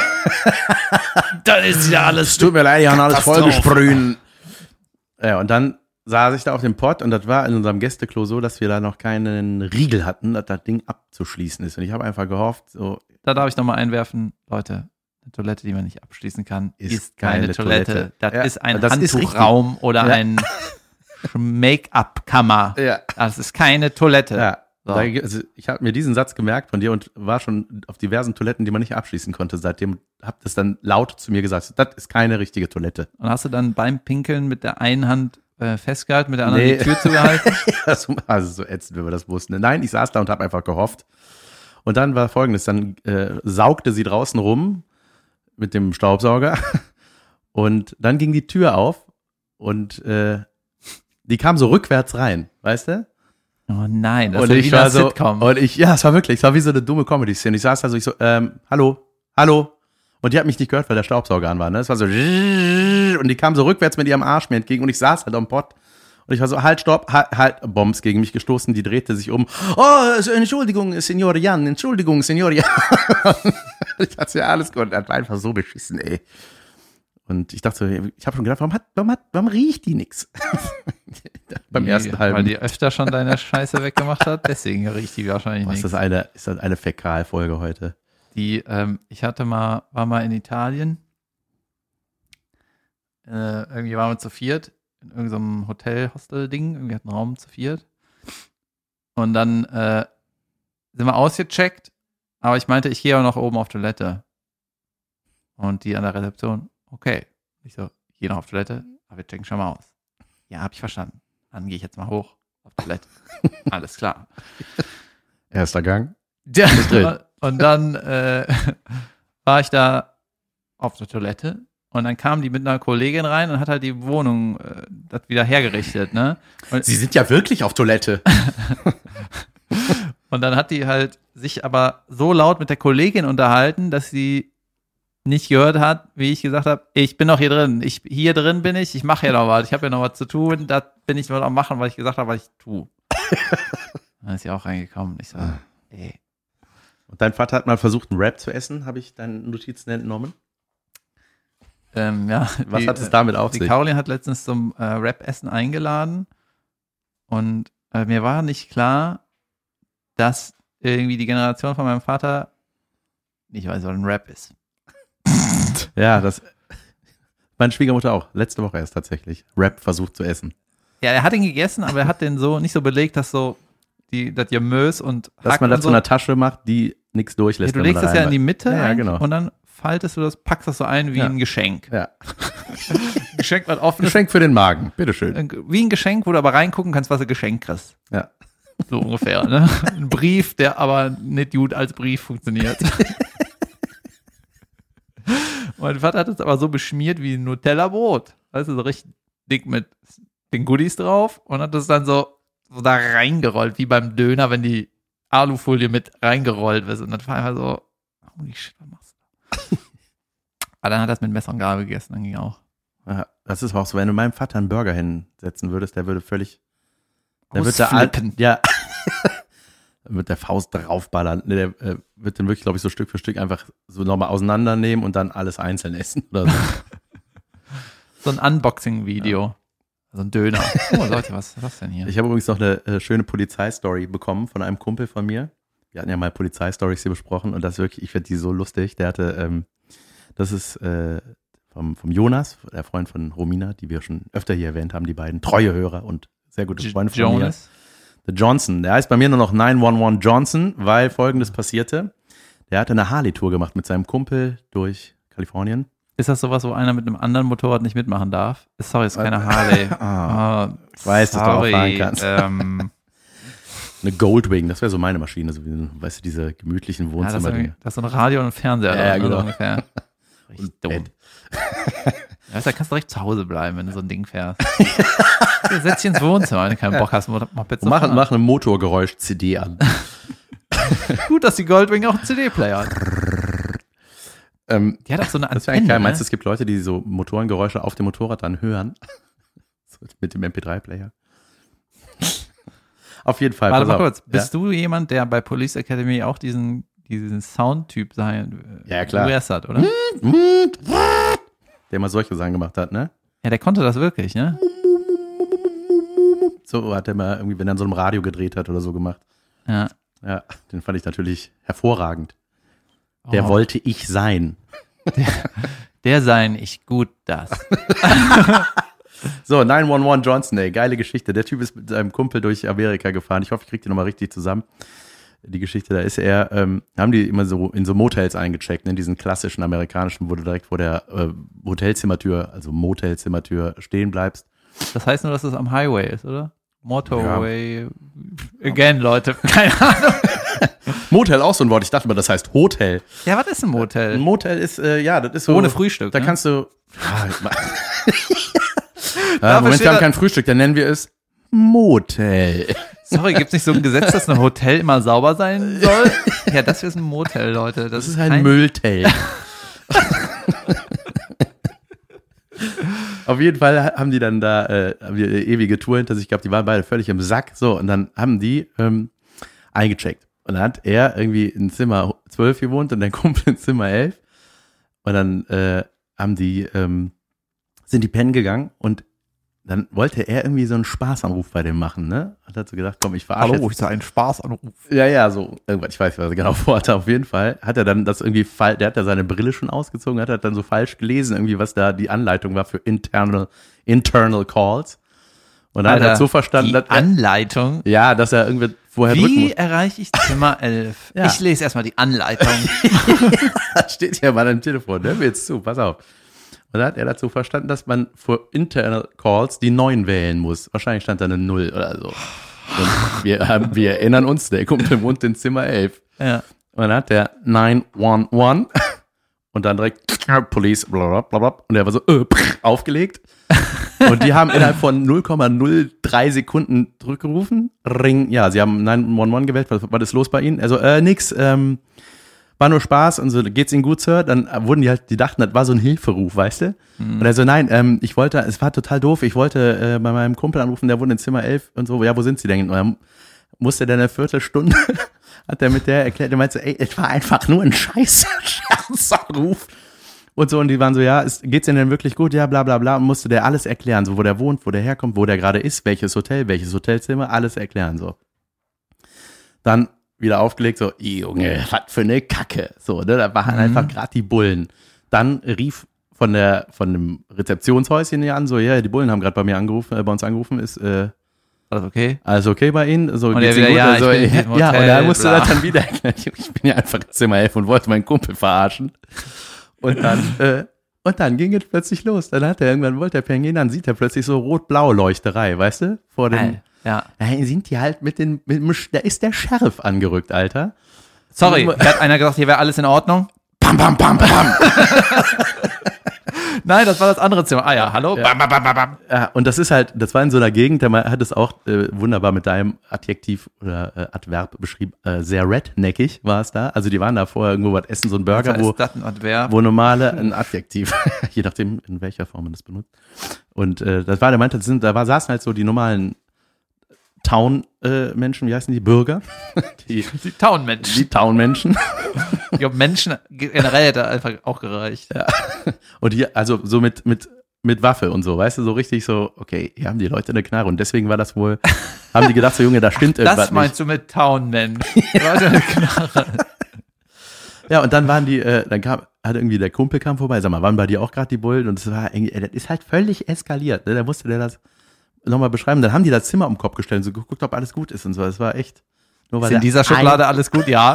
Dann ist ja alles. Tut mir leid, die haben alles Katastrophe. vollgesprühen. Ja, und dann saß ich da auf dem Pott und das war in unserem Gästeklo so, dass wir da noch keinen Riegel hatten, dass das Ding abzuschließen ist. Und ich habe einfach gehofft, so. Da darf ich noch mal einwärfen, Leute. Eine Toilette, die man nicht abschließen kann, ist keine Toilette. Das Ja, ist ein das ist Handtuchraum oder Ja. ein Make-up-Kammer. Ja. Das ist keine Toilette. Ja. So. Also ich habe mir diesen Satz gemerkt von dir und war schon auf diversen Toiletten, die man nicht abschließen konnte. Seitdem hab das dann laut zu mir gesagt. Das ist keine richtige Toilette. Und hast du dann beim Pinkeln mit der einen Hand festgehalten, mit der anderen die Tür zugehalten? Also so ätzend, wenn wir das wussten. Nein, ich saß da und habe einfach gehofft. Und dann war Folgendes, dann saugte sie draußen rum mit dem Staubsauger und dann ging die Tür auf und die kam so rückwärts rein, weißt du? Oh nein, das Und ist ich wieder war ein so, Sitcom. und es war wie so eine dumme Comedy-Szene. Ich saß da so, ich so, hallo. Und die hat mich nicht gehört, weil der Staubsauger an war, ne? Es war so, und die kam so rückwärts mit ihrem Arsch mir entgegen und ich saß halt am Pott. Und ich war so, halt, stopp, halt, Bombs gegen mich gestoßen, die drehte sich um. Oh, Entschuldigung, Signor Jan, Entschuldigung, Signor Jan. Ich dachte, ja, alles gut. Das war einfach so beschissen, ey. Und ich dachte so, ich habe schon gedacht, warum riecht die nix? Beim ersten halben. Weil die öfter schon deine Scheiße weggemacht hat, deswegen riecht die wahrscheinlich Was nicht. ist das eine Fäkalfolge heute? War mal in Italien. Irgendwie waren wir zu viert in irgendeinem Hotel-Hostel-Ding. Irgendwie hatten einen Raum zu viert. Und dann sind wir ausgecheckt, aber ich meinte, ich gehe auch noch oben auf Toilette. Und die an der Rezeption, okay. Ich so, ich gehe noch auf Toilette, aber wir checken schon mal aus. Ja, hab ich verstanden. Dann gehe ich jetzt mal hoch auf Toilette. Alles klar. Erster Gang. Ja, und dann war ich da auf der Toilette und dann kam die mit einer Kollegin rein und hat halt die Wohnung das wieder hergerichtet, ne? Und, Sie sind ja wirklich auf Toilette. und dann hat die halt sich aber so laut mit der Kollegin unterhalten, dass sie nicht gehört hat, wie ich gesagt habe, ich bin noch hier drin. Hier drin bin ich mache ja noch was. Ich habe ja noch was zu tun. Da bin ich mal am machen, was ich gesagt habe, was ich tue. Dann ist sie auch reingekommen. Ich so, ey. Und dein Vater hat mal versucht, einen Rap zu essen, habe ich deinen Notizen entnommen. Ja, Was hat es damit auf die sich? Caroline hat letztens zum Rap-Essen eingeladen und mir war nicht klar, dass irgendwie die Generation von meinem Vater nicht weiß, was ein Rap ist. Ja, meine Schwiegermutter auch. Letzte Woche erst tatsächlich. Rap versucht zu essen. Ja, er hat ihn gegessen, aber er hat den so nicht so belegt, dass so das Gemüse und Dass Hack man und das so. in einer Tasche macht, die nichts durchlässt. Ja, du wenn man legst da das ja in die reinbeißt. Mitte Ja, rein genau. und dann faltest du das, packst das so ein wie Ja. ein Geschenk. Ja. Ein Geschenk, was offen ist. Geschenk für den Magen. Bitteschön. Wie ein Geschenk, wo du aber reingucken kannst, was du geschenkt kriegst. Ja. So ungefähr, ne? Ein Brief, der aber nicht gut als Brief funktioniert. Mein Vater hat es aber so beschmiert wie ein Nutella-Brot. Weißt du, so richtig dick mit den Goodies drauf und hat das dann so da reingerollt, wie beim Döner, wenn die Alufolie mit reingerollt wird. Und dann war einfach so, holy shit, was machst du? Aber dann hat er es mit Messer und Gabel gegessen, dann ging auch. Ja, das ist auch so, wenn du meinem Vater einen Burger hinsetzen würdest, der würde völlig, der wird da Ausflippen. ja, mit der Faust draufballern. Der wird dann wirklich, glaube ich, so Stück für Stück einfach so nochmal auseinandernehmen und dann alles einzeln essen oder so. So ein Unboxing-Video. So ein Döner. Oh Leute, was ist das denn hier? Ich habe übrigens noch eine schöne Polizeistory bekommen von einem Kumpel von mir. Wir hatten ja mal Polizeistories hier besprochen und das wirklich, ich finde die so lustig. Der hatte, das ist vom Jonas, der Freund von Romina, die wir schon öfter hier erwähnt haben, die beiden treue Hörer und sehr gute Freunde von mir. Der Johnson, der heißt bei mir nur noch 911 Johnson, weil Folgendes passierte. Der hatte eine Harley-Tour gemacht mit seinem Kumpel durch Kalifornien. Ist das sowas, wo einer mit einem anderen Motorrad nicht mitmachen darf? Sorry, ist keine Harley. Ich weiß, dass du auch fahren sorry, kannst. Eine Goldwing, das wäre so meine Maschine, so wie, weißt du, diese gemütlichen das Wohnzimmer. ist so ein Radio und ein Fernseher. Ja, drin, genau. so ungefähr. Richtig Und dumm. Bett. Weißt du, da kannst du direkt zu Hause bleiben, wenn du so ein Ding fährst. Setz dich ins Wohnzimmer, wenn du keinen Bock hast. Mach eine Motorgeräusch-CD an. Gut, dass die Goldwing auch einen CD-Player hat. Die hat auch so eine Das wäre eigentlich geil. Antenne. Meinst du, es gibt Leute, die so Motorengeräusche auf dem Motorrad dann hören? So mit dem MP3-Player. Auf jeden Fall. Warte pass mal auf. kurz. Bist du jemand, der bei Police Academy auch diesen Soundtyp sein Ja, klar. US hat, oder? Der mal solche Sachen gemacht hat, ne? Ja, der konnte das wirklich, ne? So hat er mal irgendwie, wenn er an so einem Radio gedreht hat oder so gemacht. Ja. Ja, den fand ich natürlich hervorragend. Der Oh, wollte ich sein. Der sein, ich gut das. So, 911 Johnson, ey, geile Geschichte. Der Typ ist mit seinem Kumpel durch Amerika gefahren. Ich hoffe, ich kriege die nochmal richtig zusammen. Die Geschichte, da ist er, haben die immer so in so Motels eingecheckt, in diesen klassischen amerikanischen, wo du direkt vor der Hotelzimmertür, also Motelzimmertür stehen bleibst. Das heißt nur, dass es am Highway ist, oder? Motorway. Ja. Again, Leute. Keine Ahnung. Motel auch so ein Wort. Ich dachte immer, das heißt Hotel. Ja, was ist ein Motel? Ein Motel ist, das ist so. Ohne Frühstück. Da ne? kannst du. Moment, wir haben kein Frühstück, dann nennen wir es Motel. Sorry, gibt's nicht so ein Gesetz, dass ein Hotel immer sauber sein soll? Ja, das ist ein Motel, Leute. Das ist ein Mülltel. Auf jeden Fall haben die dann da haben die eine ewige Tour hinter sich gehabt. Die waren beide völlig im Sack. So, und dann haben die eingecheckt. Und dann hat er irgendwie in Zimmer 12 gewohnt und der Kumpel in Zimmer 11. Und dann sind die pennen gegangen und dann wollte er irgendwie so einen Spaßanruf bei dem machen, ne? Hat dazu gedacht, komm, ich verarsche Hallo, ich sage einen Spaßanruf. Ja, so irgendwas, ich weiß, was er genau vorhatte. Auf jeden Fall hat er dann das irgendwie der hat da seine Brille schon ausgezogen, hat dann so falsch gelesen, irgendwie, was da die Anleitung war für internal Calls. Und dann hat er so verstanden, dass Anleitung? Ja, dass er irgendwie vorher drücken muss. Wie erreiche ich Zimmer 11? Ja. Ich lese erstmal die Anleitung. Das steht ja mal am Telefon, hör mir jetzt zu, pass auf. Und dann hat er dazu verstanden, dass man für Internal Calls die 9 wählen muss. Wahrscheinlich stand da eine 0 oder so. Und wir erinnern uns, der Kumpel wohnt in Zimmer 11. Ja. Und dann hat der 911 und dann direkt Police, blablabla. Und der war so aufgelegt. Und die haben innerhalb von 0,03 Sekunden zurückgerufen. Ring, ja, sie haben 911 gewählt. Was ist los bei Ihnen? Also, nix, war nur Spaß und so, geht's Ihnen gut, Sir? Dann wurden die dachten, das war so ein Hilferuf, weißt du? Und er so, nein, es war total doof, ich wollte bei meinem Kumpel anrufen, der wohnt in Zimmer 11 und so, ja, wo sind Sie denn? Und dann musste der eine Viertelstunde, hat er mit der erklärt, der meinte so, ey, es war einfach nur ein scheiß Scherzanruf. Und so, und die waren so, ja, geht's Ihnen denn wirklich gut? Ja, bla, bla, bla, und musste der alles erklären, so, wo der wohnt, wo der herkommt, wo der gerade ist, welches Hotel, welches Hotelzimmer, alles erklären, so. Dann wieder aufgelegt, so, Junge, was für eine Kacke. So, ne, da waren einfach gerade die Bullen. Dann rief von dem Rezeptionshäuschen hier an, so, ja, die Bullen haben gerade bei uns angerufen, ist, alles okay? Alles okay bei Ihnen? So, und geht's Ihnen gut? Ja, also, ich bin ja, Hotel, und da musste bla. das dann wieder erklären, ich bin ja einfach in Zimmer 11 und wollte meinen Kumpel verarschen. Und dann ging es plötzlich los. Dann wollte er pennen gehen, dann sieht er plötzlich so rot-blau Leuchterei, weißt du? Vor dem, ja. Da sind die halt da ist der Sheriff angerückt, Alter. Sorry, da hat einer gesagt, hier wäre alles in Ordnung. Pam, pam, pam, pam. Nein, das war das andere Zimmer. Ah ja, hallo. Ja. Bam, bam, bam, bam. Ja, und das war in so einer Gegend, da hat es auch wunderbar mit deinem Adjektiv oder Adverb beschrieben, sehr redneckig war es da. Also die waren da vorher irgendwo was essen, so ein Burger, Also ist das ein Adverb? wo normale ein Adjektiv, je nachdem in welcher Form man das benutzt. Und das war, der meinte, saßen halt so die normalen Town-Menschen, wie heißen die? Bürger? Die Town-Menschen. Die Town-Menschen. Ich glaube, Menschen generell hätte einfach auch gereicht. Ja. Und die, also so mit Waffe und so, weißt du, so richtig so, okay, hier haben die Leute eine Knarre und deswegen war das wohl, haben die gedacht, so Junge, da stimmt irgendwas nicht. Das meinst du mit Town-Mensch. Leute, eine Knarre. Ja, und dann hat irgendwie der Kumpel kam vorbei, sag mal, waren bei dir auch gerade die Bullen? Und das war irgendwie, das ist halt völlig eskaliert, ne? Da musste der das nochmal beschreiben. Dann haben die das Zimmer um den Kopf gestellt und so geguckt, ob alles gut ist und so. Das war echt. Nur weil ist in dieser Schublade alles gut? Ja.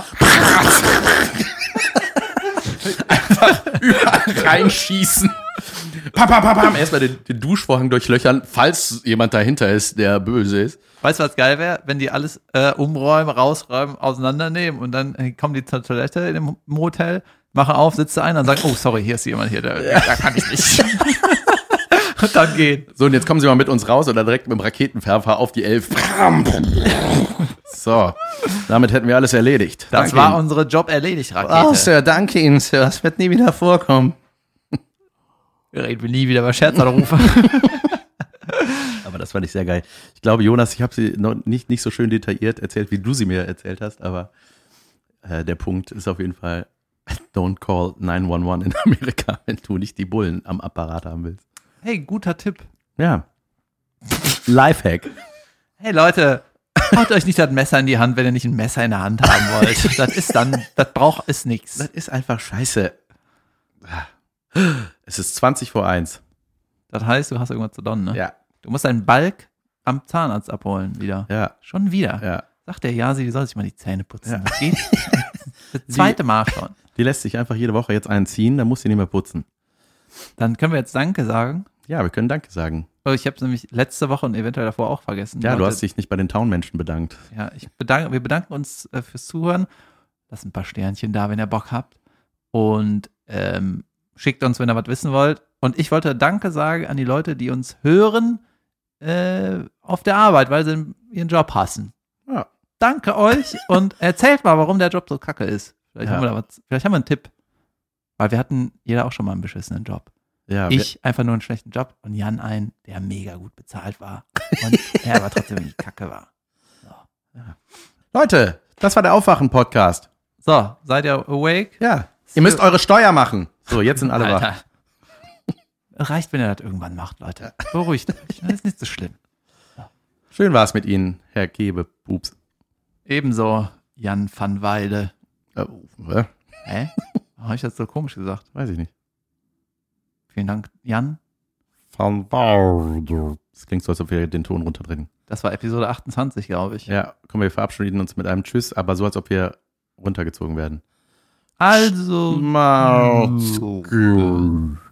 Einfach überall reinschießen. Pam. Erstmal den Duschvorhang durchlöchern, falls jemand dahinter ist, der böse ist. Weißt du, was geil wäre? Wenn die alles umräumen, rausräumen, auseinandernehmen und dann kommen die zur Toilette in dem Motel, machen auf, sitzt ein und sagen, oh, sorry, hier ist jemand hier, da kann ich nicht. Und dann gehen. So, und jetzt kommen Sie mal mit uns raus oder direkt mit dem Raketenwerfer auf die 11. So, damit hätten wir alles erledigt. Das Danke war Ihnen. unsere Job erledigt, Rakete. Oh, Sir, danke Ihnen, Sir. Das wird nie wieder vorkommen. Reden wir nie wieder über Scherzanrufe. Aber das fand ich sehr geil. Ich glaube, Jonas, ich habe sie noch nicht so schön detailliert erzählt, wie du sie mir erzählt hast, aber der Punkt ist auf jeden Fall, don't call 911 in Amerika, wenn du nicht die Bullen am Apparat haben willst. Hey, guter Tipp. Ja. Lifehack. Hey Leute, haut euch nicht das Messer in die Hand, wenn ihr nicht ein Messer in der Hand haben wollt. Das braucht es nichts. Das ist einfach scheiße. Es ist 20 vor 1. Das heißt, du hast irgendwas zu tun, ne? Ja. Du musst deinen Balk am Zahnarzt abholen wieder. Ja. Schon wieder. Ja. Sagt der Jasi, die soll sich mal die Zähne putzen. Ja. Das geht. Das zweite Mal schon. Die lässt sich einfach jede Woche jetzt einen ziehen, dann muss sie nicht mehr putzen. Dann können wir jetzt Danke sagen. Ja, wir können Danke sagen. Oh, ich habe es nämlich letzte Woche und eventuell davor auch vergessen. Ja, du Leute, hast dich nicht bei den Townmenschen bedankt. Ja, wir bedanken uns fürs Zuhören. Lasst ein paar Sternchen da, wenn ihr Bock habt. Und schickt uns, wenn ihr was wissen wollt. Und ich wollte Danke sagen an die Leute, die uns hören auf der Arbeit, weil sie ihren Job hassen. Ja. Danke euch und erzählt mal, warum der Job so kacke ist. Vielleicht haben wir einen Tipp. Weil wir hatten jeder auch schon mal einen beschissenen Job. Ja, Ich einfach nur einen schlechten Job und Jan einen, der mega gut bezahlt war. Und er aber trotzdem nicht kacke war. Leute, das war der Aufwachen-Podcast. So, seid ihr awake? Ja. Ihr müsst eure Steuer machen. So, jetzt sind alle wach. Alter. Reicht, wenn ihr das irgendwann macht, Leute. Beruhigt euch. Das ist nicht so schlimm. Schön war es mit Ihnen, Herr Kebepups. Ebenso Jan van Weide. Hä? Habe ich das so komisch gesagt? Weiß ich nicht. Vielen Dank, Jan. Das klingt so, als ob wir den Ton runterdrehen. Das war Episode 28, glaube ich. Ja, komm, wir verabschieden uns mit einem Tschüss, aber so, als ob wir runtergezogen werden. Also. Macht's gut.